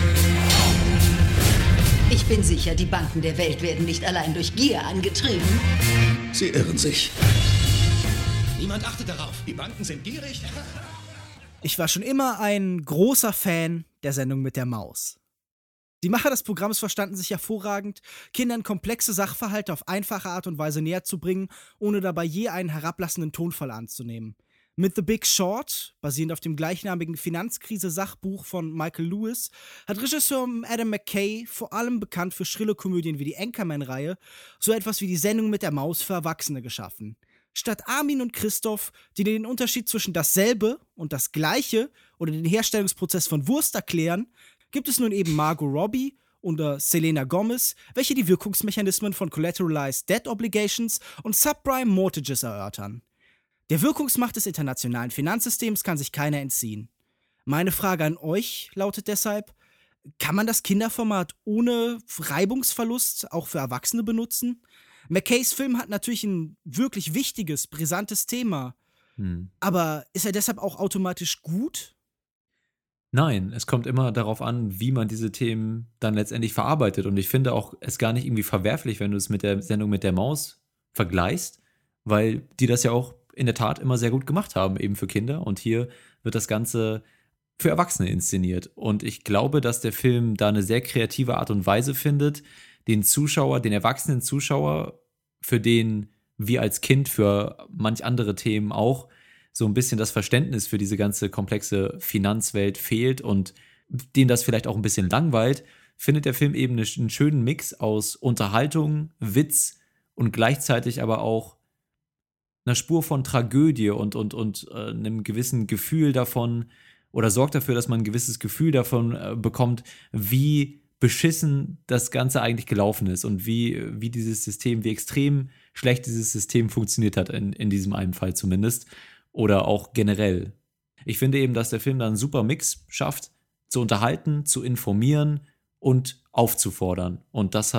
Ich bin sicher, die Banken der Welt werden nicht allein durch Gier angetrieben. Sie irren sich. Niemand achtet darauf. Die Banken sind gierig. Ich war schon immer ein großer Fan der Sendung mit der Maus. Die Macher des Programms verstanden sich hervorragend, Kindern komplexe Sachverhalte auf einfache Art und Weise näher zu bringen, ohne dabei je einen herablassenden Tonfall anzunehmen. Mit The Big Short, basierend auf dem gleichnamigen Finanzkrise-Sachbuch von Michael Lewis, hat Regisseur Adam McKay, vor allem bekannt für schrille Komödien wie die Anchorman-Reihe, so etwas wie die Sendung mit der Maus für Erwachsene geschaffen. Statt Armin und Christoph, die den Unterschied zwischen dasselbe und das Gleiche oder den Herstellungsprozess von Wurst erklären, gibt es nun eben Margot Robbie oder Selena Gomez, welche die Wirkungsmechanismen von Collateralized Debt Obligations und Subprime Mortgages erörtern. Der Wirkungsmacht des internationalen Finanzsystems kann sich keiner entziehen. Meine Frage an euch lautet deshalb: Kann man das Kinderformat ohne Reibungsverlust auch für Erwachsene benutzen? McKays Film hat natürlich ein wirklich wichtiges, brisantes Thema. Aber ist er deshalb auch automatisch gut? Nein, es kommt immer darauf an, wie man diese Themen dann letztendlich verarbeitet. Und ich finde auch es gar nicht irgendwie verwerflich, wenn du es mit der Sendung mit der Maus vergleichst, weil die das ja auch in der Tat immer sehr gut gemacht haben, eben für Kinder. Und hier wird das Ganze für Erwachsene inszeniert. Und ich glaube, dass der Film da eine sehr kreative Art und Weise findet, den Zuschauer, den erwachsenen Zuschauer, für den wir als Kind für manch andere Themen auch so ein bisschen das Verständnis für diese ganze komplexe Finanzwelt fehlt und den das vielleicht auch ein bisschen langweilt, findet der Film eben einen schönen Mix aus Unterhaltung, Witz und gleichzeitig aber auch einer Spur von Tragödie und einem gewissen Gefühl davon, oder sorgt dafür, dass man ein gewisses Gefühl davon bekommt, wie beschissen das Ganze eigentlich gelaufen ist und wie dieses System, wie extrem schlecht dieses System funktioniert hat, in diesem einen Fall zumindest. Oder auch generell. Ich finde eben, dass der Film da einen super Mix schafft, zu unterhalten, zu informieren und aufzufordern. Und das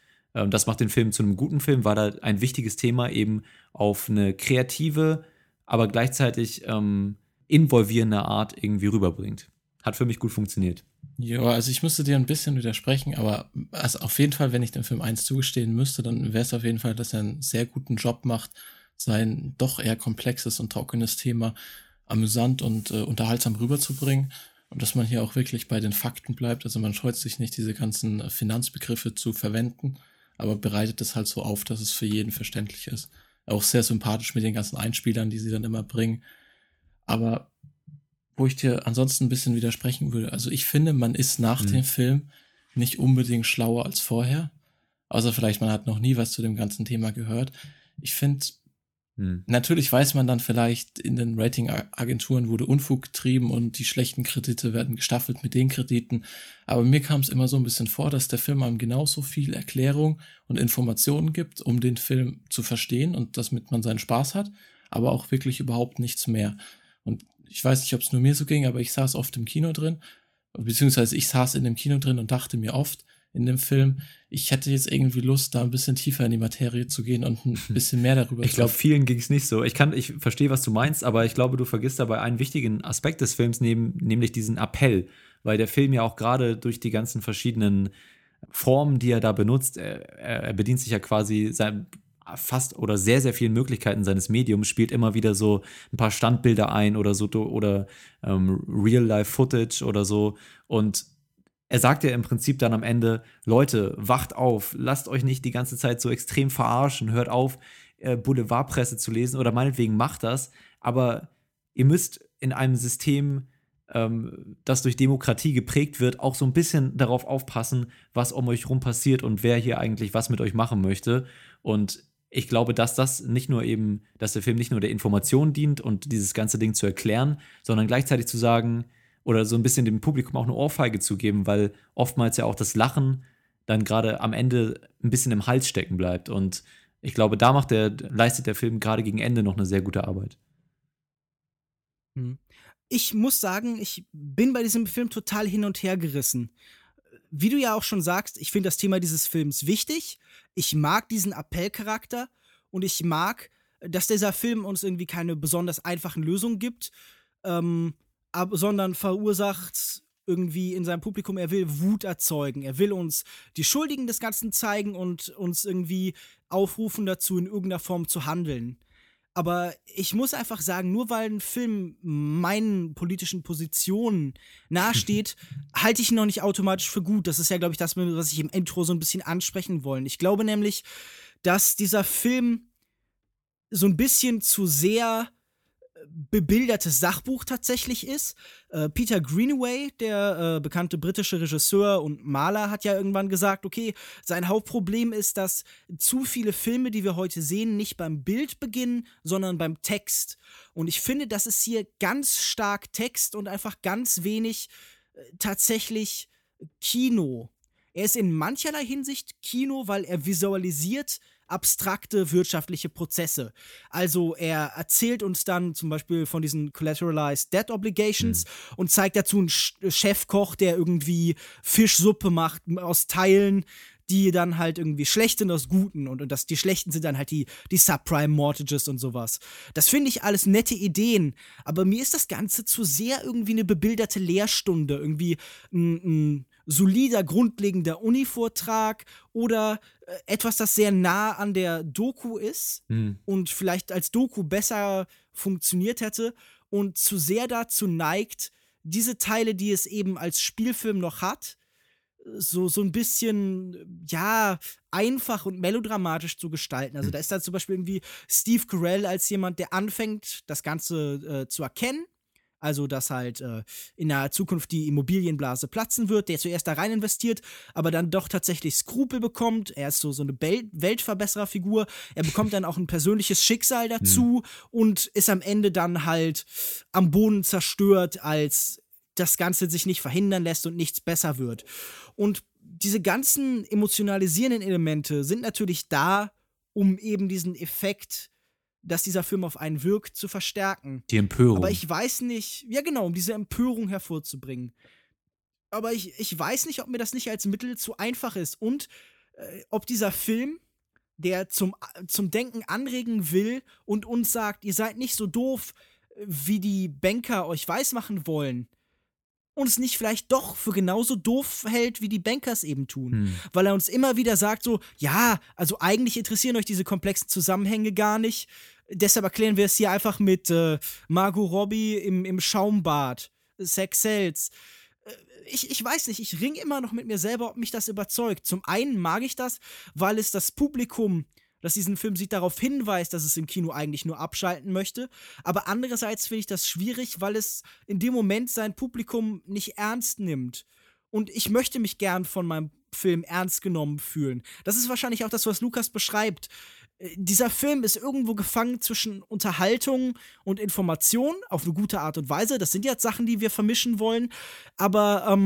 macht den Film zu einem guten Film, weil er ein wichtiges Thema eben auf eine kreative, aber gleichzeitig involvierende Art irgendwie rüberbringt. Hat für mich gut funktioniert. Ja, also ich müsste dir ein bisschen widersprechen, aber also auf jeden Fall, wenn ich dem Film eins zugestehen müsste, dann wäre es auf jeden Fall, dass er einen sehr guten Job macht, sein doch eher komplexes und trockenes Thema amüsant und unterhaltsam rüberzubringen und dass man hier auch wirklich bei den Fakten bleibt. Also man scheut sich nicht, diese ganzen Finanzbegriffe zu verwenden, aber bereitet es halt so auf, dass es für jeden verständlich ist. Auch sehr sympathisch mit den ganzen Einspielern, die sie dann immer bringen. Aber wo ich dir ansonsten ein bisschen widersprechen würde, also ich finde, man ist nach dem Film nicht unbedingt schlauer als vorher, außer vielleicht man hat noch nie was zu dem ganzen Thema gehört. Ich finde, natürlich weiß man dann vielleicht, in den Ratingagenturen wurde Unfug getrieben und die schlechten Kredite werden gestaffelt mit den Krediten, aber mir kam es immer so ein bisschen vor, dass der Film einem genauso viel Erklärung und Informationen gibt, um den Film zu verstehen und damit man seinen Spaß hat, aber auch wirklich überhaupt nichts mehr. Und ich weiß nicht, ob es nur mir so ging, aber ich saß oft im Kino drin, beziehungsweise ich saß in dem Kino drin und dachte mir oft in dem Film, ich hätte jetzt irgendwie Lust, da ein bisschen tiefer in die Materie zu gehen und ein bisschen mehr darüber zu Ich glaube, vielen ging es nicht so. Ich verstehe, was du meinst, aber ich glaube, du vergisst dabei einen wichtigen Aspekt des Films, nämlich diesen Appell, weil der Film ja auch gerade durch die ganzen verschiedenen Formen, die er da benutzt, er bedient sich ja quasi fast oder sehr, sehr vielen Möglichkeiten seines Mediums, spielt immer wieder so ein paar Standbilder ein oder so oder Real-Life-Footage oder so, und er sagt ja im Prinzip dann am Ende: Leute, wacht auf, lasst euch nicht die ganze Zeit so extrem verarschen, hört auf, Boulevardpresse zu lesen oder meinetwegen macht das, aber ihr müsst in einem System, das durch Demokratie geprägt wird, auch so ein bisschen darauf aufpassen, was um euch rum passiert und wer hier eigentlich was mit euch machen möchte. Und ich glaube, dass der Film nicht nur der Information dient und dieses ganze Ding zu erklären, sondern gleichzeitig zu sagen oder so ein bisschen dem Publikum auch eine Ohrfeige zu geben, weil oftmals ja auch das Lachen dann gerade am Ende ein bisschen im Hals stecken bleibt. Und ich glaube, da leistet der Film gerade gegen Ende noch eine sehr gute Arbeit. Ich muss sagen, ich bin bei diesem Film total hin und her gerissen. Wie du ja auch schon sagst, ich finde das Thema dieses Films wichtig. Ich mag diesen Appellcharakter und ich mag, dass dieser Film uns irgendwie keine besonders einfachen Lösungen gibt, sondern verursacht irgendwie in seinem Publikum, er will Wut erzeugen. Er will uns die Schuldigen des Ganzen zeigen und uns irgendwie aufrufen dazu, in irgendeiner Form zu handeln. Aber ich muss einfach sagen, nur weil ein Film meinen politischen Positionen nahesteht, halte ich ihn noch nicht automatisch für gut. Das ist ja, glaube ich, das, was ich im Intro so ein bisschen ansprechen wollen. Ich glaube nämlich, dass dieser Film so ein bisschen zu sehr bebildertes Sachbuch tatsächlich ist. Peter Greenaway, der bekannte britische Regisseur und Maler, hat ja irgendwann gesagt, okay, sein Hauptproblem ist, dass zu viele Filme, die wir heute sehen, nicht beim Bild beginnen, sondern beim Text. Und ich finde, das ist hier ganz stark Text und einfach ganz wenig tatsächlich Kino. Er ist in mancherlei Hinsicht Kino, weil er visualisiert abstrakte wirtschaftliche Prozesse. Also er erzählt uns dann zum Beispiel von diesen Collateralized Debt Obligations und zeigt dazu einen Chefkoch, der irgendwie Fischsuppe macht aus Teilen, die dann halt irgendwie schlecht sind aus guten und die schlechten sind dann halt die Subprime Mortgages und sowas. Das finde ich alles nette Ideen, aber mir ist das Ganze zu sehr irgendwie eine bebilderte Lehrstunde, irgendwie ein solider, grundlegender Uni-Vortrag oder etwas, das sehr nah an der Doku ist und vielleicht als Doku besser funktioniert hätte und zu sehr dazu neigt, diese Teile, die es eben als Spielfilm noch hat, so ein bisschen, ja, einfach und melodramatisch zu gestalten. Also da ist dann zum Beispiel irgendwie Steve Carell als jemand, der anfängt, das Ganze zu erkennen. Also, dass halt in der Zukunft die Immobilienblase platzen wird, der zuerst da rein investiert, aber dann doch tatsächlich Skrupel bekommt. Er ist so eine Weltverbessererfigur. Er bekommt dann auch ein persönliches Schicksal dazu und ist am Ende dann halt am Boden zerstört, als das Ganze sich nicht verhindern lässt und nichts besser wird. Und diese ganzen emotionalisierenden Elemente sind natürlich da, um eben diesen Effekt, dass dieser Film auf einen wirkt, zu verstärken. Die Empörung. Aber ich weiß nicht, ja genau, um diese Empörung hervorzubringen. Aber ich weiß nicht, ob mir das nicht als Mittel zu einfach ist und ob dieser Film, der zum Denken anregen will und uns sagt, ihr seid nicht so doof, wie die Banker euch weismachen wollen, uns nicht vielleicht doch für genauso doof hält, wie die Bankers eben tun. Weil er uns immer wieder sagt so, ja, also eigentlich interessieren euch diese komplexen Zusammenhänge gar nicht. Deshalb erklären wir es hier einfach mit Margot Robbie im Schaumbad, Sex Sells. Ich weiß nicht, ich ringe immer noch mit mir selber, ob mich das überzeugt. Zum einen mag ich das, weil es das Publikum, das diesen Film sieht, darauf hinweist, dass es im Kino eigentlich nur abschalten möchte. Aber andererseits finde ich das schwierig, weil es in dem Moment sein Publikum nicht ernst nimmt. Und ich möchte mich gern von meinem Film ernst genommen fühlen. Das ist wahrscheinlich auch das, was Lukas beschreibt. Dieser Film ist irgendwo gefangen zwischen Unterhaltung und Information auf eine gute Art und Weise. Das sind jetzt Sachen, die wir vermischen wollen. Aber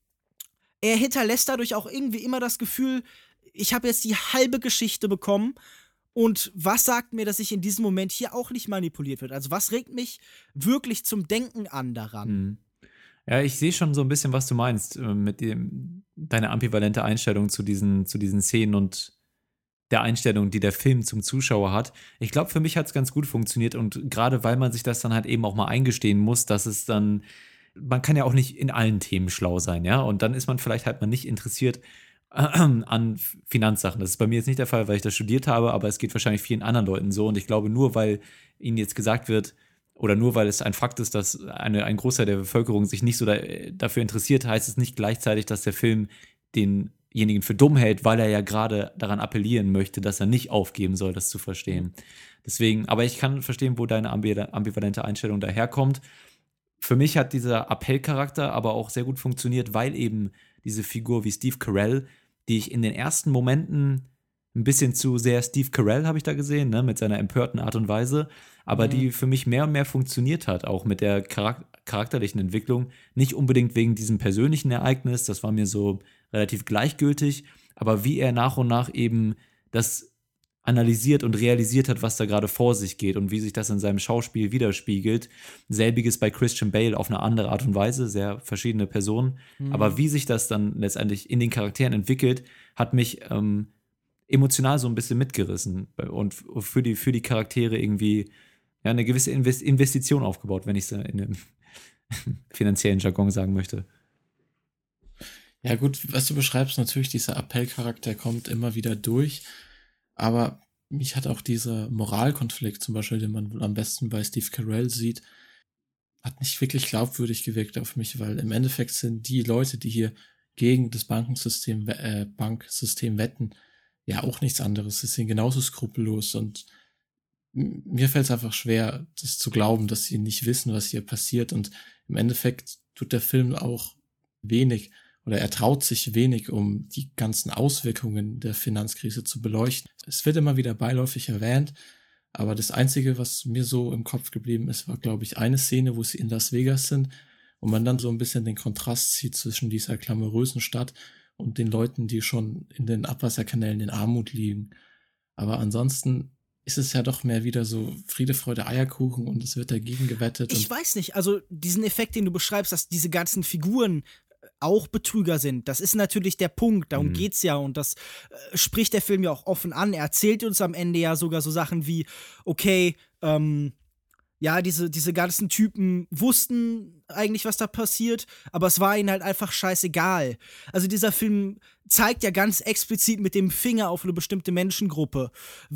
er hinterlässt dadurch auch irgendwie immer das Gefühl, ich habe jetzt die halbe Geschichte bekommen und was sagt mir, dass ich in diesem Moment hier auch nicht manipuliert wird? Also was regt mich wirklich zum Denken an daran? Ja, ich sehe schon so ein bisschen, was du meinst mit deiner ambivalente Einstellung zu diesen Szenen und der Einstellung, die der Film zum Zuschauer hat. Ich glaube, für mich hat es ganz gut funktioniert und gerade weil man sich das dann halt eben auch mal eingestehen muss, dass es dann, man kann ja auch nicht in allen Themen schlau sein, ja, und dann ist man vielleicht halt mal nicht interessiert an Finanzsachen. Das ist bei mir jetzt nicht der Fall, weil ich das studiert habe, aber es geht wahrscheinlich vielen anderen Leuten so und ich glaube, nur weil ihnen jetzt gesagt wird oder nur weil es ein Fakt ist, dass ein Großteil der Bevölkerung sich nicht so dafür interessiert, heißt es nicht gleichzeitig, dass der Film denjenigen für dumm hält, weil er ja gerade daran appellieren möchte, dass er nicht aufgeben soll, das zu verstehen. Deswegen, aber ich kann verstehen, wo deine ambivalente Einstellung daherkommt. Für mich hat dieser Appellcharakter aber auch sehr gut funktioniert, weil eben diese Figur wie Steve Carell, die ich in den ersten Momenten ein bisschen zu sehr Steve Carell habe ich da gesehen, ne, mit seiner empörten Art und Weise, aber die für mich mehr und mehr funktioniert hat, auch mit der charakterlichen Entwicklung. Nicht unbedingt wegen diesem persönlichen Ereignis, das war mir so relativ gleichgültig, aber wie er nach und nach eben das analysiert und realisiert hat, was da gerade vor sich geht und wie sich das in seinem Schauspiel widerspiegelt. Selbiges bei Christian Bale auf eine andere Art und Weise, sehr verschiedene Personen. Aber wie sich das dann letztendlich in den Charakteren entwickelt, hat mich emotional so ein bisschen mitgerissen und für die Charaktere irgendwie ja, eine gewisse Investition aufgebaut, wenn ich es in einem finanziellen Jargon sagen möchte. Ja gut, was du beschreibst, natürlich dieser Appellcharakter kommt immer wieder durch, aber mich hat auch dieser Moralkonflikt zum Beispiel, den man wohl am besten bei Steve Carell sieht, hat nicht wirklich glaubwürdig gewirkt auf mich, weil im Endeffekt sind die Leute, die hier gegen das Banksystem wetten, ja auch nichts anderes. Sie sind genauso skrupellos und mir fällt es einfach schwer, das zu glauben, dass sie nicht wissen, was hier passiert. Und im Endeffekt tut der Film auch wenig oder er traut sich wenig, um die ganzen Auswirkungen der Finanzkrise zu beleuchten. Es wird immer wieder beiläufig erwähnt, aber das Einzige, was mir so im Kopf geblieben ist, war, glaube ich, eine Szene, wo sie in Las Vegas sind und man dann so ein bisschen den Kontrast sieht zwischen dieser glamourösen Stadt und den Leuten, die schon in den Abwasserkanälen in Armut liegen. Aber ansonsten ist es ja doch mehr wieder so Friede, Freude, Eierkuchen und es wird dagegen gewettet. Ich weiß nicht, also diesen Effekt, den du beschreibst, dass diese ganzen Figuren auch Betrüger sind, das ist natürlich der Punkt, darum geht's ja und das spricht der Film ja auch offen an. Er erzählt uns am Ende ja sogar so Sachen wie, okay, ja, diese ganzen Typen wussten eigentlich, was da passiert, aber es war ihnen halt einfach scheißegal. Also dieser Film zeigt ja ganz explizit mit dem Finger auf eine bestimmte Menschengruppe.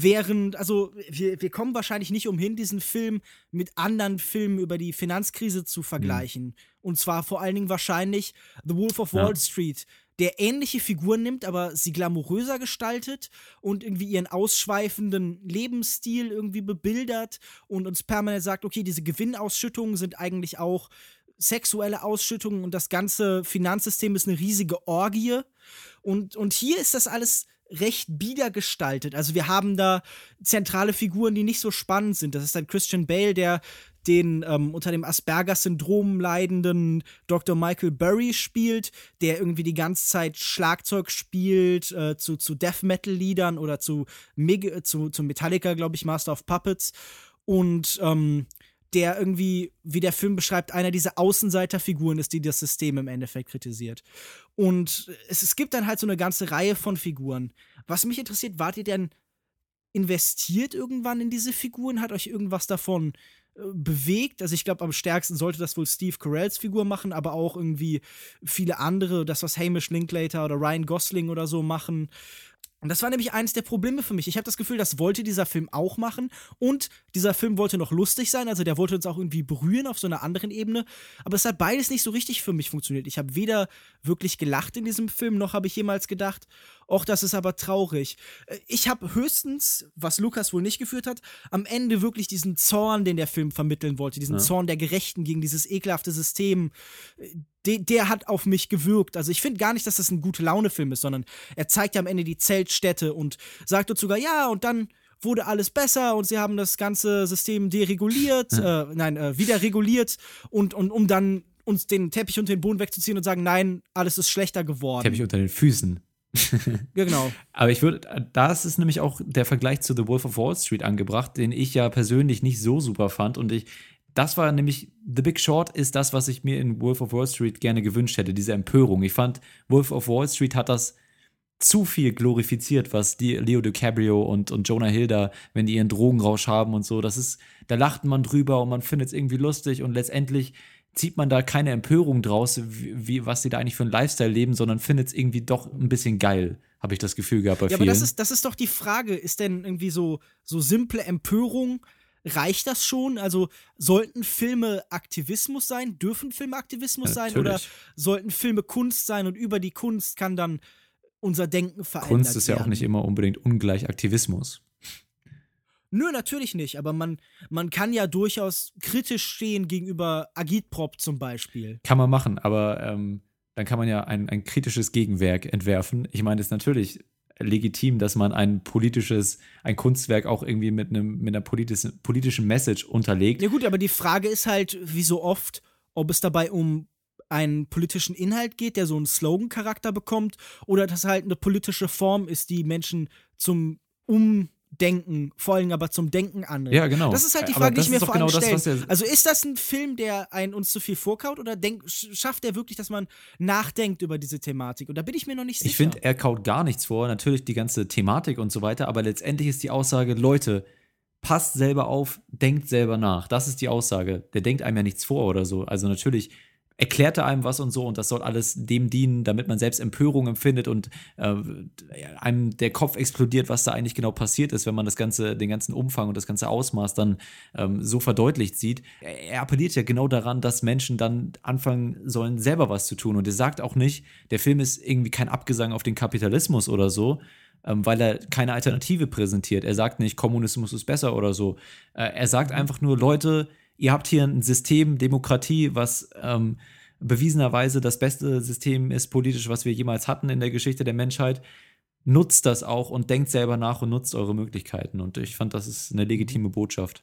Also wir kommen wahrscheinlich nicht umhin, diesen Film mit anderen Filmen über die Finanzkrise zu vergleichen. Und zwar vor allen Dingen wahrscheinlich The Wolf of Wall Street, der ähnliche Figuren nimmt, aber sie glamouröser gestaltet und irgendwie ihren ausschweifenden Lebensstil irgendwie bebildert und uns permanent sagt, okay, diese Gewinnausschüttungen sind eigentlich auch sexuelle Ausschüttungen und das ganze Finanzsystem ist eine riesige Orgie. Und hier ist das alles recht bieder gestaltet. Also wir haben da zentrale Figuren, die nicht so spannend sind. Das ist dann Christian Bale, der den unter dem Asperger-Syndrom leidenden Dr. Michael Burry spielt, der irgendwie die ganze Zeit Schlagzeug spielt zu Death-Metal-Liedern oder zu Metallica, glaube ich, Master of Puppets. Und der irgendwie, wie der Film beschreibt, einer dieser Außenseiterfiguren ist, die das System im Endeffekt kritisiert. Und es gibt dann halt so eine ganze Reihe von Figuren. Was mich interessiert, wart ihr denn investiert irgendwann in diese Figuren? Hat euch irgendwas davon bewegt? Also ich glaube, am stärksten sollte das wohl Steve Carells Figur machen, aber auch irgendwie viele andere, das, was Hamish Linklater oder Ryan Gosling oder so machen. Und das war nämlich eines der Probleme für mich. Ich habe das Gefühl, das wollte dieser Film auch machen. Und dieser Film wollte noch lustig sein. Also der wollte uns auch irgendwie berühren auf so einer anderen Ebene. Aber es hat beides nicht so richtig für mich funktioniert. Ich habe weder wirklich gelacht in diesem Film, noch habe ich jemals gedacht, och, das ist aber traurig. Ich habe höchstens, was Lukas wohl nicht geführt hat, am Ende wirklich diesen Zorn, den der Film vermitteln wollte. Diesen Zorn der Gerechten gegen dieses ekelhafte System. Der hat auf mich gewirkt. Also ich finde gar nicht, dass das ein Gute-Laune-Film ist, sondern er zeigt ja am Ende die Zeltstätte und sagt uns sogar, ja, und dann wurde alles besser und sie haben das ganze System dereguliert, wieder reguliert und um dann uns den Teppich unter den Boden wegzuziehen und sagen, nein, alles ist schlechter geworden. Teppich unter den Füßen. Ja, genau. Aber das ist nämlich auch der Vergleich zu The Wolf of Wall Street angebracht, den ich ja persönlich nicht so super fand und das war nämlich, The Big Short ist das, was ich mir in Wolf of Wall Street gerne gewünscht hätte, diese Empörung. Ich fand, Wolf of Wall Street hat das zu viel glorifiziert, was die Leo DiCaprio und Jonah Hill da, wenn die ihren Drogenrausch haben und so, da lacht man drüber und man findet es irgendwie lustig und letztendlich zieht man da keine Empörung draus, was sie da eigentlich für einen Lifestyle leben, sondern findet es irgendwie doch ein bisschen geil, habe ich das Gefühl gehabt bei vielen. Ja, aber das ist doch die Frage, ist denn irgendwie so simple Empörung, reicht das schon? Also sollten Filme Aktivismus sein? Dürfen Filme Aktivismus sein? Oder sollten Filme Kunst sein und über die Kunst kann dann unser Denken verändert werden? Kunst ist ja auch nicht immer unbedingt ungleich Aktivismus. Nö, natürlich nicht, aber man kann ja durchaus kritisch stehen gegenüber Agitprop zum Beispiel. Kann man machen, aber dann kann man ja ein kritisches Gegenwerk entwerfen. Ich meine, es ist natürlich legitim, dass man ein Kunstwerk auch irgendwie mit einer politischen Message unterlegt. Ja gut, aber die Frage ist halt, wie so oft, ob es dabei um einen politischen Inhalt geht, der so einen Slogan-Charakter bekommt, oder dass halt eine politische Form ist, die Menschen zum Umdenken, vor allem aber zum Denken anregt. Ja, genau. Das ist halt die Frage, die ich mir vor allem stelle. Also ist das ein Film, der uns zu viel vorkaut, oder schafft er wirklich, dass man nachdenkt über diese Thematik? Und da bin ich mir noch nicht sicher. Ich finde, er kaut gar nichts vor. Natürlich die ganze Thematik und so weiter, aber letztendlich ist die Aussage, Leute, passt selber auf, denkt selber nach. Das ist die Aussage. Der denkt einem ja nichts vor oder so. Also natürlich erklärt er einem was und so und das soll alles dem dienen, damit man selbst Empörung empfindet und einem der Kopf explodiert, was da eigentlich genau passiert ist, wenn man den ganzen Umfang und das ganze Ausmaß dann so verdeutlicht sieht. Er appelliert ja genau daran, dass Menschen dann anfangen sollen, selber was zu tun und er sagt auch nicht, der Film ist irgendwie kein Abgesang auf den Kapitalismus oder so, weil er keine Alternative präsentiert. Er sagt nicht, Kommunismus ist besser oder so. Er sagt einfach nur, Leute, ihr habt hier ein System, Demokratie, was bewiesenerweise das beste System ist politisch, was wir jemals hatten in der Geschichte der Menschheit. Nutzt das auch und denkt selber nach und nutzt eure Möglichkeiten. Und ich fand, das ist eine legitime Botschaft.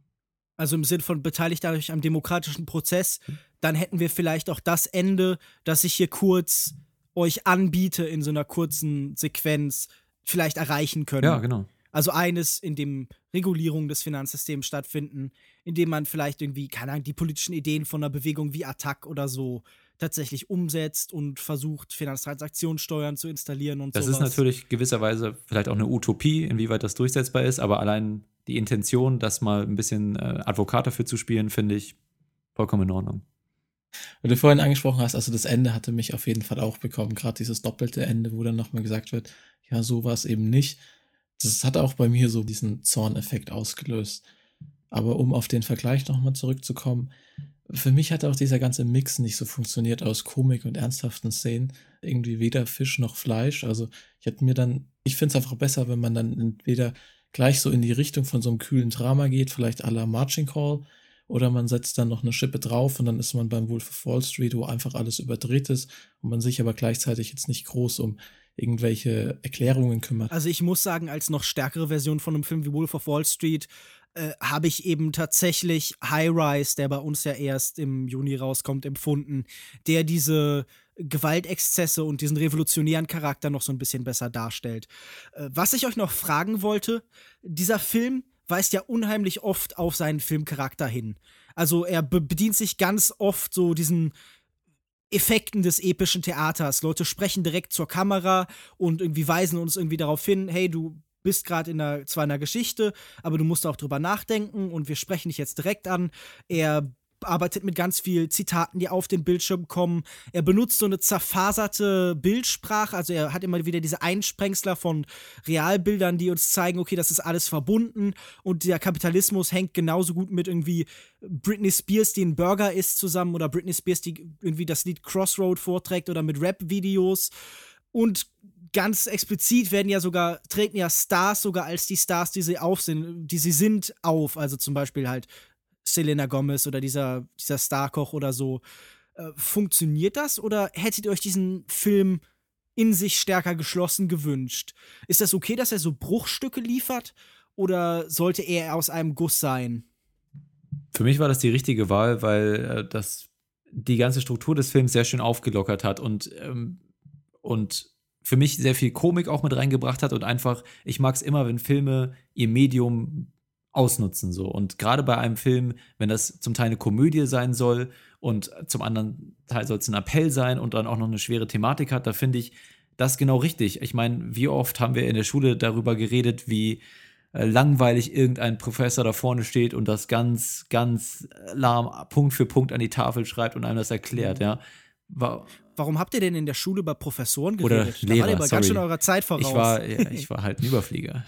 Also im Sinn von beteiligt euch am demokratischen Prozess, dann hätten wir vielleicht auch das Ende, das ich hier kurz euch anbiete in so einer kurzen Sequenz, vielleicht erreichen können. Ja, genau. Also eines, in dem Regulierungen des Finanzsystems stattfinden, in dem man vielleicht irgendwie, keine Ahnung, die politischen Ideen von einer Bewegung wie Attac oder so tatsächlich umsetzt und versucht, Finanztransaktionssteuern zu installieren und sowas. Das ist natürlich gewisserweise vielleicht auch eine Utopie, inwieweit das durchsetzbar ist, aber allein die Intention, das mal ein bisschen Advokat dafür zu spielen, finde ich vollkommen in Ordnung. Weil du vorhin angesprochen hast, also das Ende hatte mich auf jeden Fall auch bekommen, gerade dieses doppelte Ende, wo dann nochmal gesagt wird, ja, so war es eben nicht. Das hat auch bei mir so diesen Zorneffekt ausgelöst. Aber um auf den Vergleich nochmal zurückzukommen, für mich hat auch dieser ganze Mix nicht so funktioniert aus Komik und ernsthaften Szenen. Irgendwie weder Fisch noch Fleisch. Also ich finde es einfach besser, wenn man dann entweder gleich so in die Richtung von so einem kühlen Drama geht, vielleicht à la Margin Call, oder man setzt dann noch eine Schippe drauf und dann ist man beim Wolf of Wall Street, wo einfach alles überdreht ist und man sich aber gleichzeitig jetzt nicht groß um irgendwelche Erklärungen kümmert. Also ich muss sagen, als noch stärkere Version von einem Film wie Wolf of Wall Street habe ich eben tatsächlich High Rise, der bei uns ja erst im Juni rauskommt, empfunden, der diese Gewaltexzesse und diesen revolutionären Charakter noch so ein bisschen besser darstellt. Was ich euch noch fragen wollte, dieser Film weist ja unheimlich oft auf seinen Filmcharakter hin. Also er bedient sich ganz oft so diesen Effekten des epischen Theaters. Leute sprechen direkt zur Kamera und irgendwie weisen uns irgendwie darauf hin, hey, du bist gerade zwar in einer Geschichte, aber du musst auch drüber nachdenken und wir sprechen dich jetzt direkt an. Er arbeitet mit ganz viel Zitaten, die auf den Bildschirm kommen. Er benutzt so eine zerfaserte Bildsprache, also er hat immer wieder diese Einsprengsler von Realbildern, die uns zeigen, okay, das ist alles verbunden und der Kapitalismus hängt genauso gut mit irgendwie Britney Spears, die ein Burger isst, zusammen oder Britney Spears, die irgendwie das Lied Crossroad vorträgt oder mit Rap-Videos und ganz explizit treten ja Stars sogar als die Stars, die sie sind, auf. Also zum Beispiel halt Selena Gomez oder dieser Starkoch oder so. Funktioniert das oder hättet ihr euch diesen Film in sich stärker geschlossen gewünscht? Ist das okay, dass er so Bruchstücke liefert oder sollte er aus einem Guss sein? Für mich war das die richtige Wahl, weil das die ganze Struktur des Films sehr schön aufgelockert hat und für mich sehr viel Komik auch mit reingebracht hat und einfach, ich mag es immer, wenn Filme ihr Medium ausnutzen so. Und gerade bei einem Film, wenn das zum Teil eine Komödie sein soll und zum anderen Teil soll es ein Appell sein und dann auch noch eine schwere Thematik hat, da finde ich das genau richtig. Ich meine, wie oft haben wir in der Schule darüber geredet, wie langweilig irgendein Professor da vorne steht und das ganz, ganz lahm Punkt für Punkt an die Tafel schreibt und einem das erklärt, ja. Warum habt ihr denn in der Schule über Professoren Oder geredet? Lehrer, da war ihr aber ganz schön eurer Zeit voraus. Ich war halt ein Überflieger.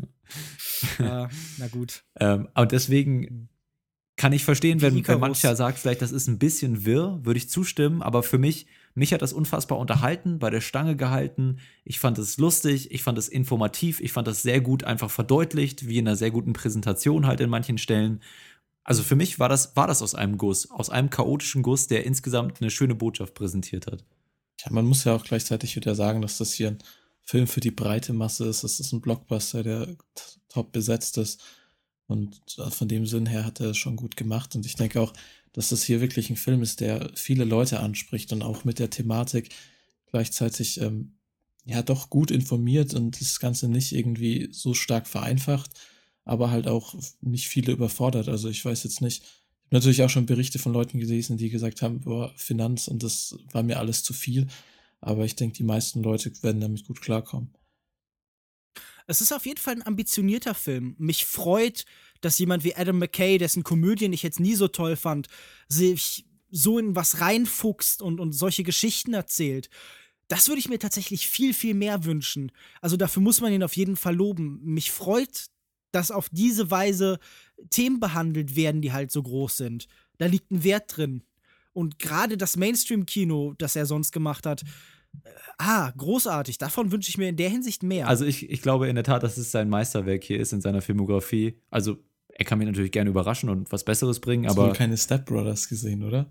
Ja, na gut. Aber deswegen kann ich verstehen, wenn mancher sagt, vielleicht das ist ein bisschen wirr, würde ich zustimmen, aber für mich hat das unfassbar unterhalten, bei der Stange gehalten. Ich fand es lustig, ich fand es informativ, ich fand das sehr gut einfach verdeutlicht, wie in einer sehr guten Präsentation halt in manchen Stellen. Also für mich war das aus einem Guss, aus einem chaotischen Guss, der insgesamt eine schöne Botschaft präsentiert hat. Ja, man muss ja auch gleichzeitig wieder sagen, dass das hier ein Film für die breite Masse ist. Das ist ein Blockbuster, der top besetzt ist. Und von dem Sinn her hat er es schon gut gemacht. Und ich denke auch, dass das hier wirklich ein Film ist, der viele Leute anspricht und auch mit der Thematik gleichzeitig doch gut informiert und das Ganze nicht irgendwie so stark vereinfacht, aber halt auch nicht viele überfordert. Also ich weiß jetzt nicht, ich habe natürlich auch schon Berichte von Leuten gelesen, die gesagt haben, boah, Finanz und das war mir alles zu viel. Aber ich denke, die meisten Leute werden damit gut klarkommen. Es ist auf jeden Fall ein ambitionierter Film. Mich freut, dass jemand wie Adam McKay, dessen Komödien ich jetzt nie so toll fand, sich so in was reinfuchst und solche Geschichten erzählt. Das würde ich mir tatsächlich viel, viel mehr wünschen. Also dafür muss man ihn auf jeden Fall loben. Mich freut, dass auf diese Weise Themen behandelt werden, die halt so groß sind. Da liegt ein Wert drin. Und gerade das Mainstream-Kino, das er sonst gemacht hat, Großartig. Davon wünsche ich mir in der Hinsicht mehr. Also ich glaube in der Tat, dass es sein Meisterwerk hier ist in seiner Filmografie. Also er kann mich natürlich gerne überraschen und was Besseres bringen, aber... Hast du keine Step Brothers gesehen, oder?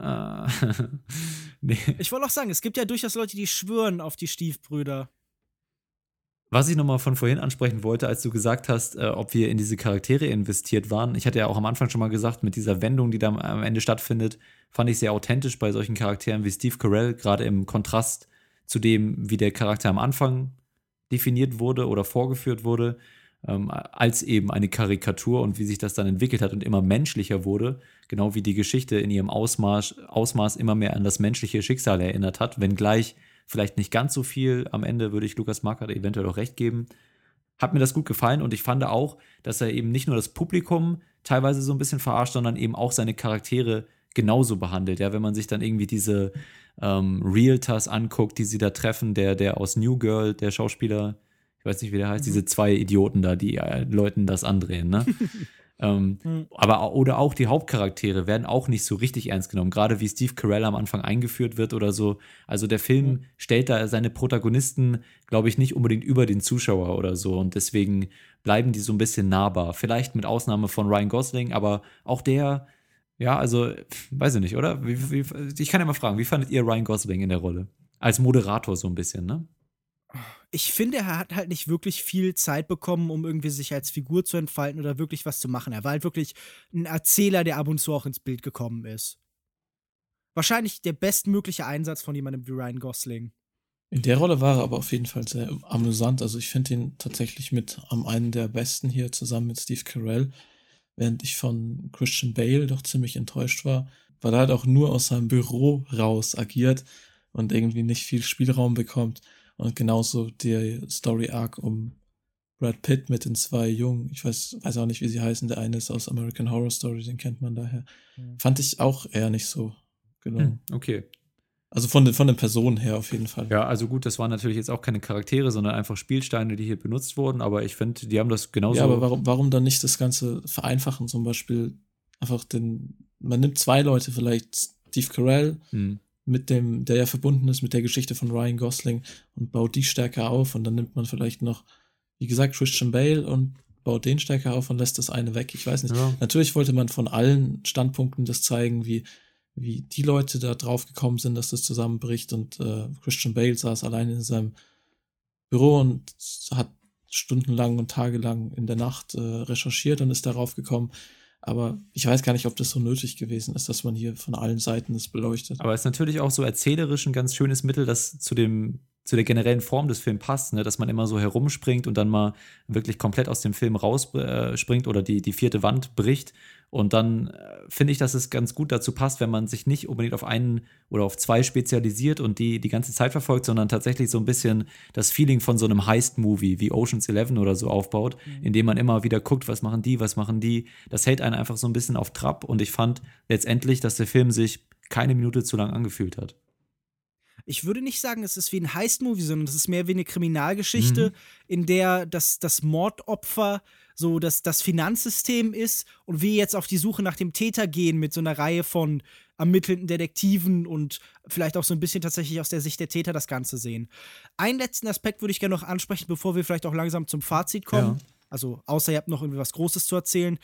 Nee. Ich wollte auch sagen, es gibt ja durchaus Leute, die schwören auf die Stiefbrüder. Was ich nochmal von vorhin ansprechen wollte, als du gesagt hast, ob wir in diese Charaktere investiert waren. Ich hatte ja auch am Anfang schon mal gesagt, mit dieser Wendung, die da am Ende stattfindet, fand ich sehr authentisch bei solchen Charakteren wie Steve Carell, gerade im Kontrast zu dem, wie der Charakter am Anfang definiert wurde oder vorgeführt wurde, als eben eine Karikatur und wie sich das dann entwickelt hat und immer menschlicher wurde, genau wie die Geschichte in ihrem Ausmaß immer mehr an das menschliche Schicksal erinnert hat, wenngleich vielleicht nicht ganz so viel. Am Ende würde ich Lucas Marquardt eventuell auch recht geben. Hat mir das gut gefallen und ich fand auch, dass er eben nicht nur das Publikum teilweise so ein bisschen verarscht, sondern eben auch seine Charaktere genauso behandelt. Ja, wenn man sich dann irgendwie diese Realtors anguckt, die sie da treffen, der aus New Girl, der Schauspieler, ich weiß nicht, wie der heißt, diese 2 Idioten da, die Leuten das andrehen, ne? Oder auch die Hauptcharaktere werden auch nicht so richtig ernst genommen, gerade wie Steve Carell am Anfang eingeführt wird oder so. Also der Film stellt da seine Protagonisten, glaube ich, nicht unbedingt über den Zuschauer oder so und deswegen bleiben die so ein bisschen nahbar. Vielleicht mit Ausnahme von Ryan Gosling, aber auch der, ja, also, weiß ich nicht, oder? Ich kann ja mal fragen, wie fandet ihr Ryan Gosling in der Rolle? Als Moderator so ein bisschen, ne? Ich finde, er hat halt nicht wirklich viel Zeit bekommen, um irgendwie sich als Figur zu entfalten oder wirklich was zu machen. Er war halt wirklich ein Erzähler, der ab und zu auch ins Bild gekommen ist. Wahrscheinlich der bestmögliche Einsatz von jemandem wie Ryan Gosling. In der Rolle war er aber auf jeden Fall sehr amüsant. Also ich finde ihn tatsächlich mit am einen der besten hier zusammen mit Steve Carell, während ich von Christian Bale doch ziemlich enttäuscht war, weil er halt auch nur aus seinem Büro raus agiert und irgendwie nicht viel Spielraum bekommt. Und genauso der Story-Arc um Brad Pitt mit den 2 Jungen, ich weiß auch nicht, wie sie heißen, der eine ist aus American Horror Story, den kennt man daher. Fand ich auch eher nicht so gelungen. Okay. Also von den Personen her auf jeden Fall. Ja, also gut, das waren natürlich jetzt auch keine Charaktere, sondern einfach Spielsteine, die hier benutzt wurden, aber ich finde, die haben das genauso... Ja, aber warum dann nicht das Ganze vereinfachen? Zum Beispiel einfach man nimmt 2 Leute, vielleicht Steve Carell, mit dem, der ja verbunden ist mit der Geschichte von Ryan Gosling und baut die stärker auf und dann nimmt man vielleicht noch, wie gesagt, Christian Bale und baut den stärker auf und lässt das eine weg. Ich weiß nicht. Ja. Natürlich wollte man von allen Standpunkten das zeigen, wie die Leute da drauf gekommen sind, dass das zusammenbricht und Christian Bale saß allein in seinem Büro und hat stundenlang und tagelang in der Nacht recherchiert und ist darauf gekommen. Aber ich weiß gar nicht, ob das so nötig gewesen ist, dass man hier von allen Seiten das beleuchtet. Aber es ist natürlich auch so erzählerisch ein ganz schönes Mittel, das zu der generellen Form des Films passt, ne? Dass man immer so herumspringt und dann mal wirklich komplett aus dem Film rausspringt oder die 4. Wand bricht. Und dann finde ich, dass es ganz gut dazu passt, wenn man sich nicht unbedingt auf einen oder auf 2 spezialisiert und die ganze Zeit verfolgt, sondern tatsächlich so ein bisschen das Feeling von so einem Heist-Movie wie Ocean's 11 oder so aufbaut, indem man immer wieder guckt, was machen die. Das hält einen einfach so ein bisschen auf Trab und ich fand letztendlich, dass der Film sich keine Minute zu lang angefühlt hat. Ich würde nicht sagen, es ist wie ein Heist-Movie, sondern es ist mehr wie eine Kriminalgeschichte, in der das Mordopfer so das Finanzsystem ist und wir jetzt auf die Suche nach dem Täter gehen mit so einer Reihe von ermittelnden Detektiven und vielleicht auch so ein bisschen tatsächlich aus der Sicht der Täter das Ganze sehen. Einen letzten Aspekt würde ich gerne noch ansprechen, bevor wir vielleicht auch langsam zum Fazit kommen. Ja. Also außer ihr habt noch irgendwie was Großes zu erzählen.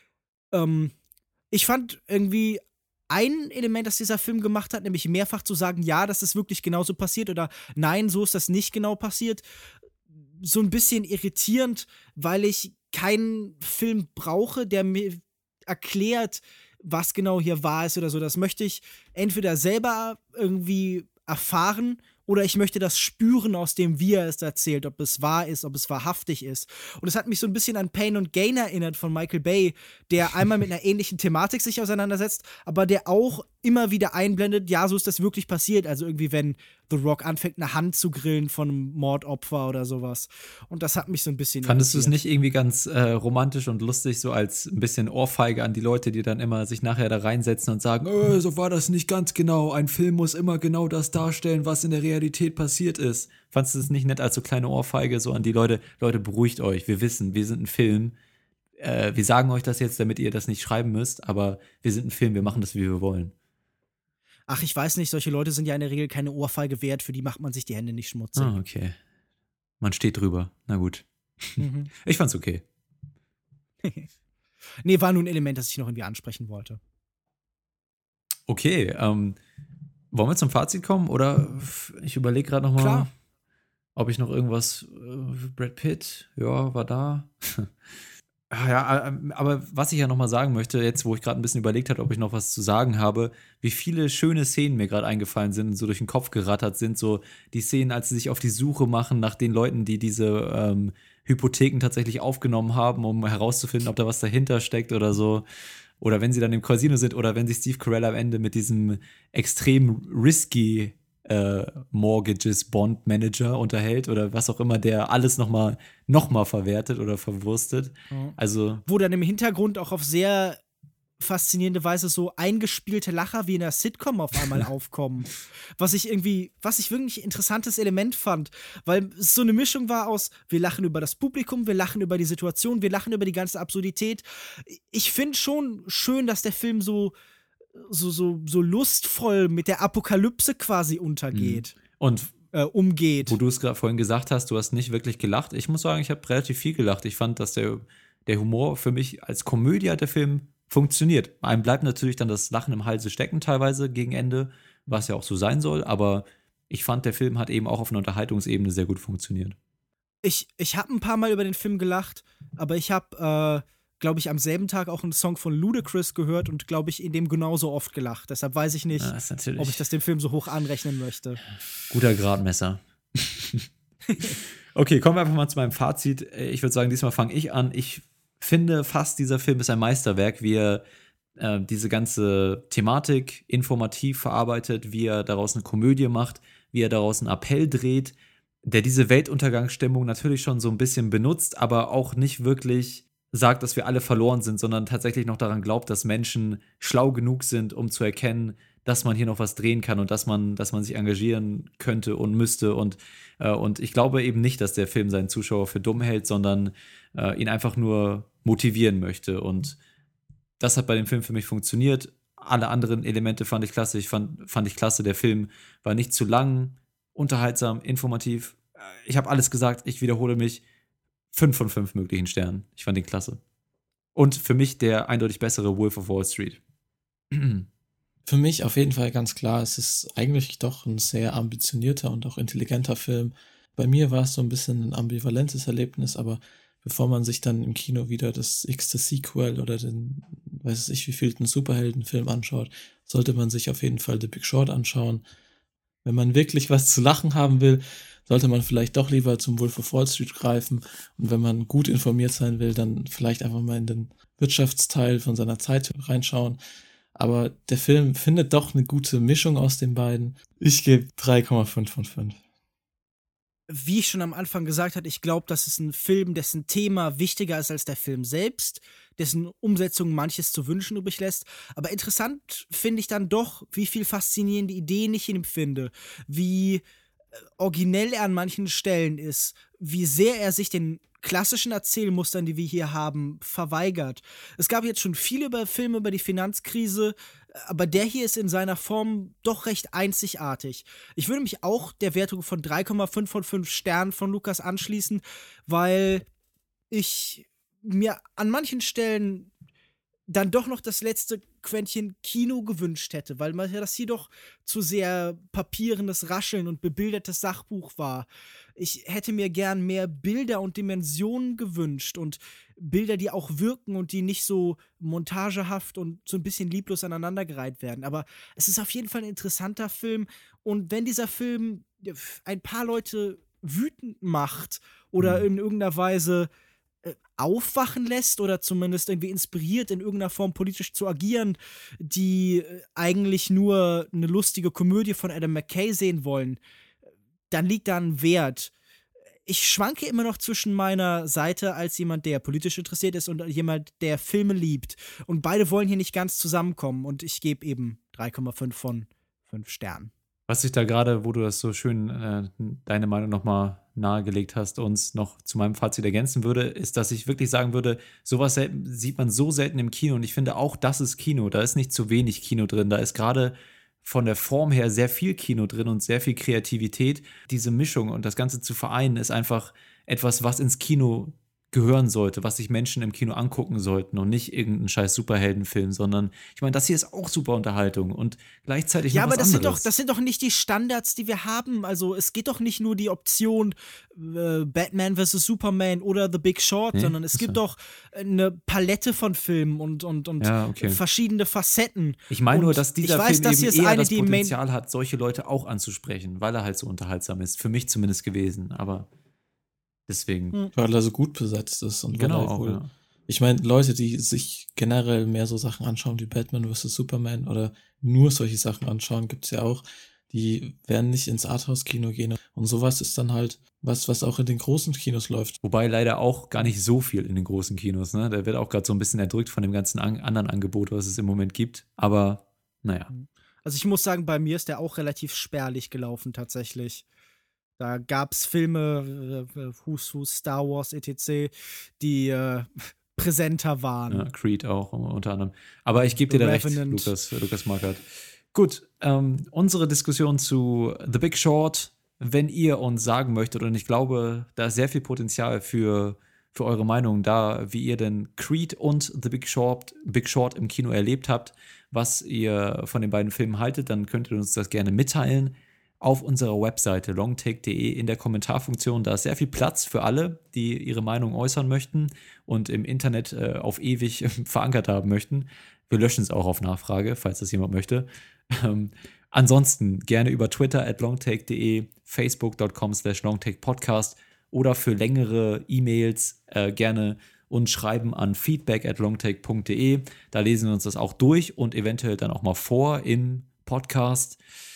Ich fand irgendwie ein Element, das dieser Film gemacht hat, nämlich mehrfach zu sagen, ja, das ist wirklich genauso passiert oder nein, so ist das nicht genau passiert, so ein bisschen irritierend, weil ich keinen Film brauche, der mir erklärt, was genau hier wahr ist oder so. Das möchte ich entweder selber irgendwie erfahren oder ich möchte das spüren aus dem, wie er es erzählt, ob es wahr ist, ob es wahrhaftig ist. Und es hat mich so ein bisschen an Pain and Gain erinnert von Michael Bay, der einmal mit einer ähnlichen Thematik sich auseinandersetzt, aber der auch immer wieder einblendet, ja, so ist das wirklich passiert. Also irgendwie, wenn The Rock anfängt, eine Hand zu grillen von einem Mordopfer oder sowas. Und das hat mich so ein bisschen Fandest du es nicht irgendwie ganz romantisch und lustig, so als ein bisschen Ohrfeige an die Leute, die dann immer sich nachher da reinsetzen und sagen, so war das nicht ganz genau. Ein Film muss immer genau das darstellen, was in der Realität passiert ist. Fandest du es nicht nett als so kleine Ohrfeige so an die Leute? Leute, beruhigt euch. Wir wissen, wir sind ein Film. Wir sagen euch das jetzt, damit ihr das nicht schreiben müsst, aber wir sind ein Film, wir machen das, wie wir wollen. Ach, ich weiß nicht, solche Leute sind ja in der Regel keine Ohrfeige wert, für die macht man sich die Hände nicht schmutzig. Ah, okay. Man steht drüber. Na gut. Mhm. Ich fand's okay. Nee, war nur ein Element, das ich noch irgendwie ansprechen wollte. Okay, wollen wir zum Fazit kommen? Oder ich überlege gerade noch mal, Klar. ob ich noch irgendwas. Brad Pitt, ja, war da. Ja, aber was ich ja noch mal sagen möchte, jetzt wo ich gerade ein bisschen überlegt habe, ob ich noch was zu sagen habe, wie viele schöne Szenen mir gerade eingefallen sind und so durch den Kopf gerattert sind, so die Szenen, als sie sich auf die Suche machen nach den Leuten, die diese Hypotheken tatsächlich aufgenommen haben, um herauszufinden, ob da was dahinter steckt oder so. Oder wenn sie dann im Casino sind oder wenn sich Steve Carell am Ende mit diesem extrem risky Mortgages Bond Manager unterhält oder was auch immer, der alles noch mal verwertet oder verwurstet. Mhm. Also Wo dann im Hintergrund auch auf sehr faszinierende Weise so eingespielte Lacher wie in einer Sitcom auf einmal aufkommen. Was ich wirklich interessantes Element fand, weil es so eine Mischung war aus, wir lachen über das Publikum, wir lachen über die Situation, wir lachen über die ganze Absurdität. Ich finde schon schön, dass der Film so lustvoll mit der Apokalypse quasi untergeht. Und umgeht. wo du es gerade vorhin gesagt hast, du hast nicht wirklich gelacht. Ich muss sagen, ich habe relativ viel gelacht. Ich fand, dass der Humor für mich als Komödie hat der Film funktioniert. Einem bleibt natürlich dann das Lachen im Halse stecken teilweise gegen Ende, was ja auch so sein soll, aber ich fand, der Film hat eben auch auf einer Unterhaltungsebene sehr gut funktioniert. Ich habe ein paar Mal über den Film gelacht, aber ich habe, glaube ich, am selben Tag auch einen Song von Ludacris gehört und, glaube ich, in dem genauso oft gelacht. Deshalb weiß ich nicht, ob ich das dem Film so hoch anrechnen möchte. Guter Gradmesser. Okay, kommen wir einfach mal zu meinem Fazit. Ich würde sagen, diesmal fange ich an. Ich finde fast, dieser Film ist ein Meisterwerk, wie er diese ganze Thematik informativ verarbeitet, wie er daraus eine Komödie macht, wie er daraus einen Appell dreht, der diese Weltuntergangsstimmung natürlich schon so ein bisschen benutzt, aber auch nicht wirklich sagt, dass wir alle verloren sind, sondern tatsächlich noch daran glaubt, dass Menschen schlau genug sind, um zu erkennen, dass man hier noch was drehen kann und dass man sich engagieren könnte und müsste. Und ich glaube eben nicht, dass der Film seinen Zuschauer für dumm hält, sondern ihn einfach nur motivieren möchte. Und das hat bei dem Film für mich funktioniert. Alle anderen Elemente fand ich klasse. Fand ich klasse. Der Film war nicht zu lang, unterhaltsam, informativ. Ich habe alles gesagt. Ich wiederhole mich. 5 von 5 möglichen Sternen. Ich fand ihn klasse. Und für mich der eindeutig bessere Wolf of Wall Street. Für mich auf jeden Fall ganz klar, es ist eigentlich doch ein sehr ambitionierter und auch intelligenter Film. Bei mir war es so ein bisschen ein ambivalentes Erlebnis, aber bevor man sich dann im Kino wieder das x-te Sequel oder den, weiß ich wievielten Superheldenfilm anschaut, sollte man sich auf jeden Fall The Big Short anschauen. Wenn man wirklich was zu lachen haben will, sollte man vielleicht doch lieber zum Wolf of Wall Street greifen. Und wenn man gut informiert sein will, dann vielleicht einfach mal in den Wirtschaftsteil von seiner Zeit reinschauen. Aber der Film findet doch eine gute Mischung aus den beiden. Ich gebe 3,5 von 5. Wie ich schon am Anfang gesagt habe, ich glaube, das ist ein Film, dessen Thema wichtiger ist als der Film selbst, dessen Umsetzung manches zu wünschen übrig lässt. Aber interessant finde ich dann doch, wie viel faszinierende Ideen ich in ihm finde, wie originell er an manchen Stellen ist, wie sehr er sich den klassischen Erzählmustern, die wir hier haben, verweigert. Es gab jetzt schon viele Filme über die Finanzkrise, aber der hier ist in seiner Form doch recht einzigartig. Ich würde mich auch der Wertung von 3,5 von 5 Sternen von Lukas anschließen, weil ich mir an manchen Stellen dann doch noch das letzte Quäntchen Kino gewünscht hätte, weil man ja das hier doch zu sehr papierenes Rascheln und bebildertes Sachbuch war. Ich hätte mir gern mehr Bilder und Dimensionen gewünscht und Bilder, die auch wirken und die nicht so montagehaft und so ein bisschen lieblos aneinandergereiht werden. Aber es ist auf jeden Fall ein interessanter Film und wenn dieser Film ein paar Leute wütend macht oder in irgendeiner Weise aufwachen lässt oder zumindest irgendwie inspiriert, in irgendeiner Form politisch zu agieren, die eigentlich nur eine lustige Komödie von Adam McKay sehen wollen, dann liegt da ein Wert. Ich schwanke immer noch zwischen meiner Seite als jemand, der politisch interessiert ist und jemand, der Filme liebt. Und beide wollen hier nicht ganz zusammenkommen und ich gebe eben 3,5 von 5 Sternen. Was ich da gerade, wo du das so schön deine Meinung nochmal nahegelegt hast, uns noch zu meinem Fazit ergänzen würde, ist, dass ich wirklich sagen würde, sowas sieht man so selten im Kino und ich finde auch, das ist Kino. Da ist nicht zu wenig Kino drin. Da ist gerade von der Form her sehr viel Kino drin und sehr viel Kreativität. Diese Mischung und das Ganze zu vereinen ist einfach etwas, was ins Kino gehören sollte, was sich Menschen im Kino angucken sollten und nicht irgendein scheiß Superheldenfilm, sondern ich meine, das hier ist auch super Unterhaltung und gleichzeitig noch was anderes. Ja, aber das sind doch nicht die Standards, die wir haben. Also es geht doch nicht nur die Option Batman vs. Superman oder The Big Short, sondern es gibt doch eine Palette von Filmen und verschiedene Facetten. Ich meine nur, dass dieser Film eben eher das Potenzial hat, solche Leute auch anzusprechen, weil er halt so unterhaltsam ist. Für mich zumindest gewesen, aber deswegen. Weil er so gut besetzt ist. Und genau, auch, ja. Ich meine, Leute, die sich generell mehr so Sachen anschauen wie Batman vs. Superman oder nur solche Sachen anschauen, gibt's ja auch, die werden nicht ins Arthouse-Kino gehen. Und sowas ist dann halt was auch in den großen Kinos läuft. Wobei leider auch gar nicht so viel in den großen Kinos, ne? Der wird auch gerade so ein bisschen erdrückt von dem ganzen anderen Angebot, was es im Moment gibt. Aber, naja. Also ich muss sagen, bei mir ist der auch relativ spärlich gelaufen tatsächlich. Da gab's Filme, Who's Who, Star Wars, etc., die präsenter waren. Ja, Creed auch unter anderem. Aber ich gebe dir da recht, Lukas Markert. Gut, unsere Diskussion zu The Big Short, wenn ihr uns sagen möchtet, und ich glaube, da ist sehr viel Potenzial für eure Meinung da, wie ihr denn Creed und The Big Short im Kino erlebt habt, was ihr von den beiden Filmen haltet, dann könnt ihr uns das gerne mitteilen. Auf unserer Webseite longtake.de in der Kommentarfunktion. Da ist sehr viel Platz für alle, die ihre Meinung äußern möchten und im Internet auf ewig verankert haben möchten. Wir löschen es auch auf Nachfrage, falls das jemand möchte. Ansonsten gerne über Twitter @longtake.de, facebook.com/longtakepodcast oder für längere E-Mails gerne uns schreiben an feedback@longtake.de. Da lesen wir uns das auch durch und eventuell dann auch mal vor im Podcast.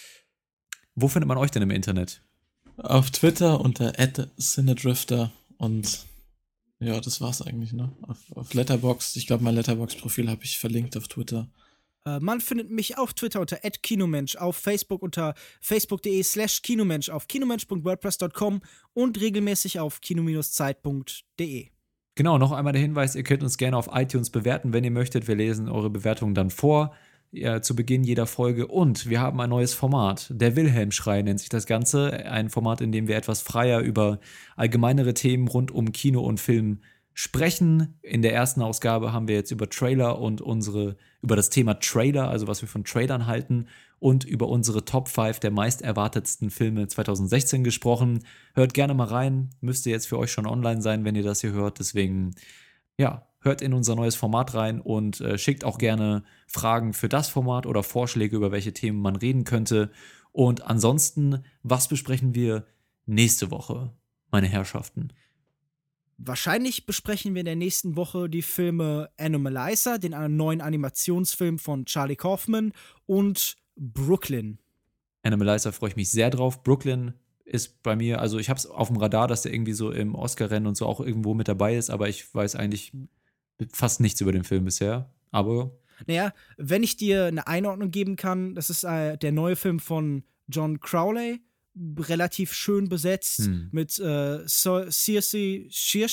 Wo findet man euch denn im Internet? Auf Twitter unter @cinedrifter und ja, das war's eigentlich, ne? Auf Letterboxd, ich glaube, mein Letterboxd-Profil habe ich verlinkt auf Twitter. Man findet mich auf Twitter unter @kinomensch, auf Facebook unter facebook.de/kinomensch, auf kinomensch.wordpress.com und regelmäßig auf kino-zeit.de. Genau, noch einmal der Hinweis, ihr könnt uns gerne auf iTunes bewerten, wenn ihr möchtet. Wir lesen eure Bewertungen dann vor. Zu Beginn jeder Folge und wir haben ein neues Format. Der Wilhelm-Schrei nennt sich das Ganze. Ein Format, in dem wir etwas freier über allgemeinere Themen rund um Kino und Film sprechen. In der ersten Ausgabe haben wir jetzt über Trailer und über das Thema Trailer, also was wir von Trailern halten und über unsere Top 5 der meist erwartetsten Filme 2016 gesprochen. Hört gerne mal rein. Müsste jetzt für euch schon online sein, wenn ihr das hier hört. Deswegen, ja, hört in unser neues Format rein und schickt auch gerne Fragen für das Format oder Vorschläge, über welche Themen man reden könnte. Und ansonsten, was besprechen wir nächste Woche, meine Herrschaften? Wahrscheinlich besprechen wir in der nächsten Woche die Filme Animalizer, den neuen Animationsfilm von Charlie Kaufman und Brooklyn. Animalizer freue ich mich sehr drauf. Brooklyn ist bei mir, also ich habe es auf dem Radar, dass der irgendwie so im Oscar-Rennen und so auch irgendwo mit dabei ist, aber ich weiß eigentlich fast nichts über den Film bisher, aber naja, wenn ich dir eine Einordnung geben kann, das ist der neue Film von John Crowley, relativ schön besetzt, mit Saoirse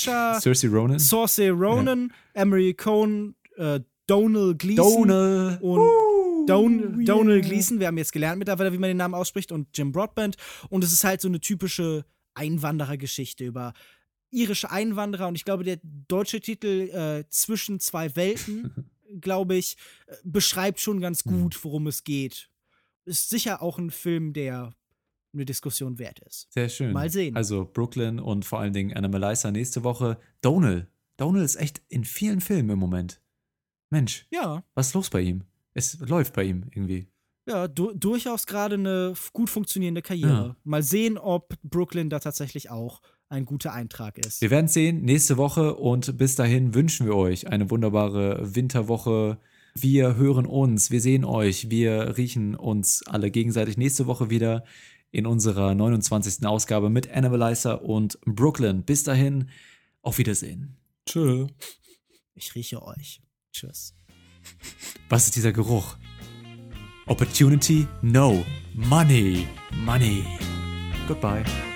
Ronan, Emery Cohen, Donald Gleason Donald Gleason, wir haben jetzt gelernt mittlerweile, wie man den Namen ausspricht, und Jim Broadbent, und es ist halt so eine typische Einwanderergeschichte über irische Einwanderer, und ich glaube, der deutsche Titel Zwischen zwei Welten, glaube ich, beschreibt schon ganz gut, worum es geht. Ist sicher auch ein Film, der eine Diskussion wert ist. Sehr schön. Mal sehen. Also Brooklyn und vor allen Dingen Animalizer nächste Woche. Donald ist echt in vielen Filmen im Moment. Mensch, ja. Was ist los bei ihm? Es läuft bei ihm irgendwie. Ja, durchaus gerade eine gut funktionierende Karriere. Ja. Mal sehen, ob Brooklyn da tatsächlich auch ein guter Eintrag ist. Wir werden es sehen nächste Woche und bis dahin wünschen wir euch eine wunderbare Winterwoche. Wir hören uns, wir sehen euch, wir riechen uns alle gegenseitig nächste Woche wieder in unserer 29. Ausgabe mit Animalizer und Brooklyn. Bis dahin, auf Wiedersehen. Tschö. Ich rieche euch. Tschüss. Was ist dieser Geruch? Opportunity? No. Money. Goodbye.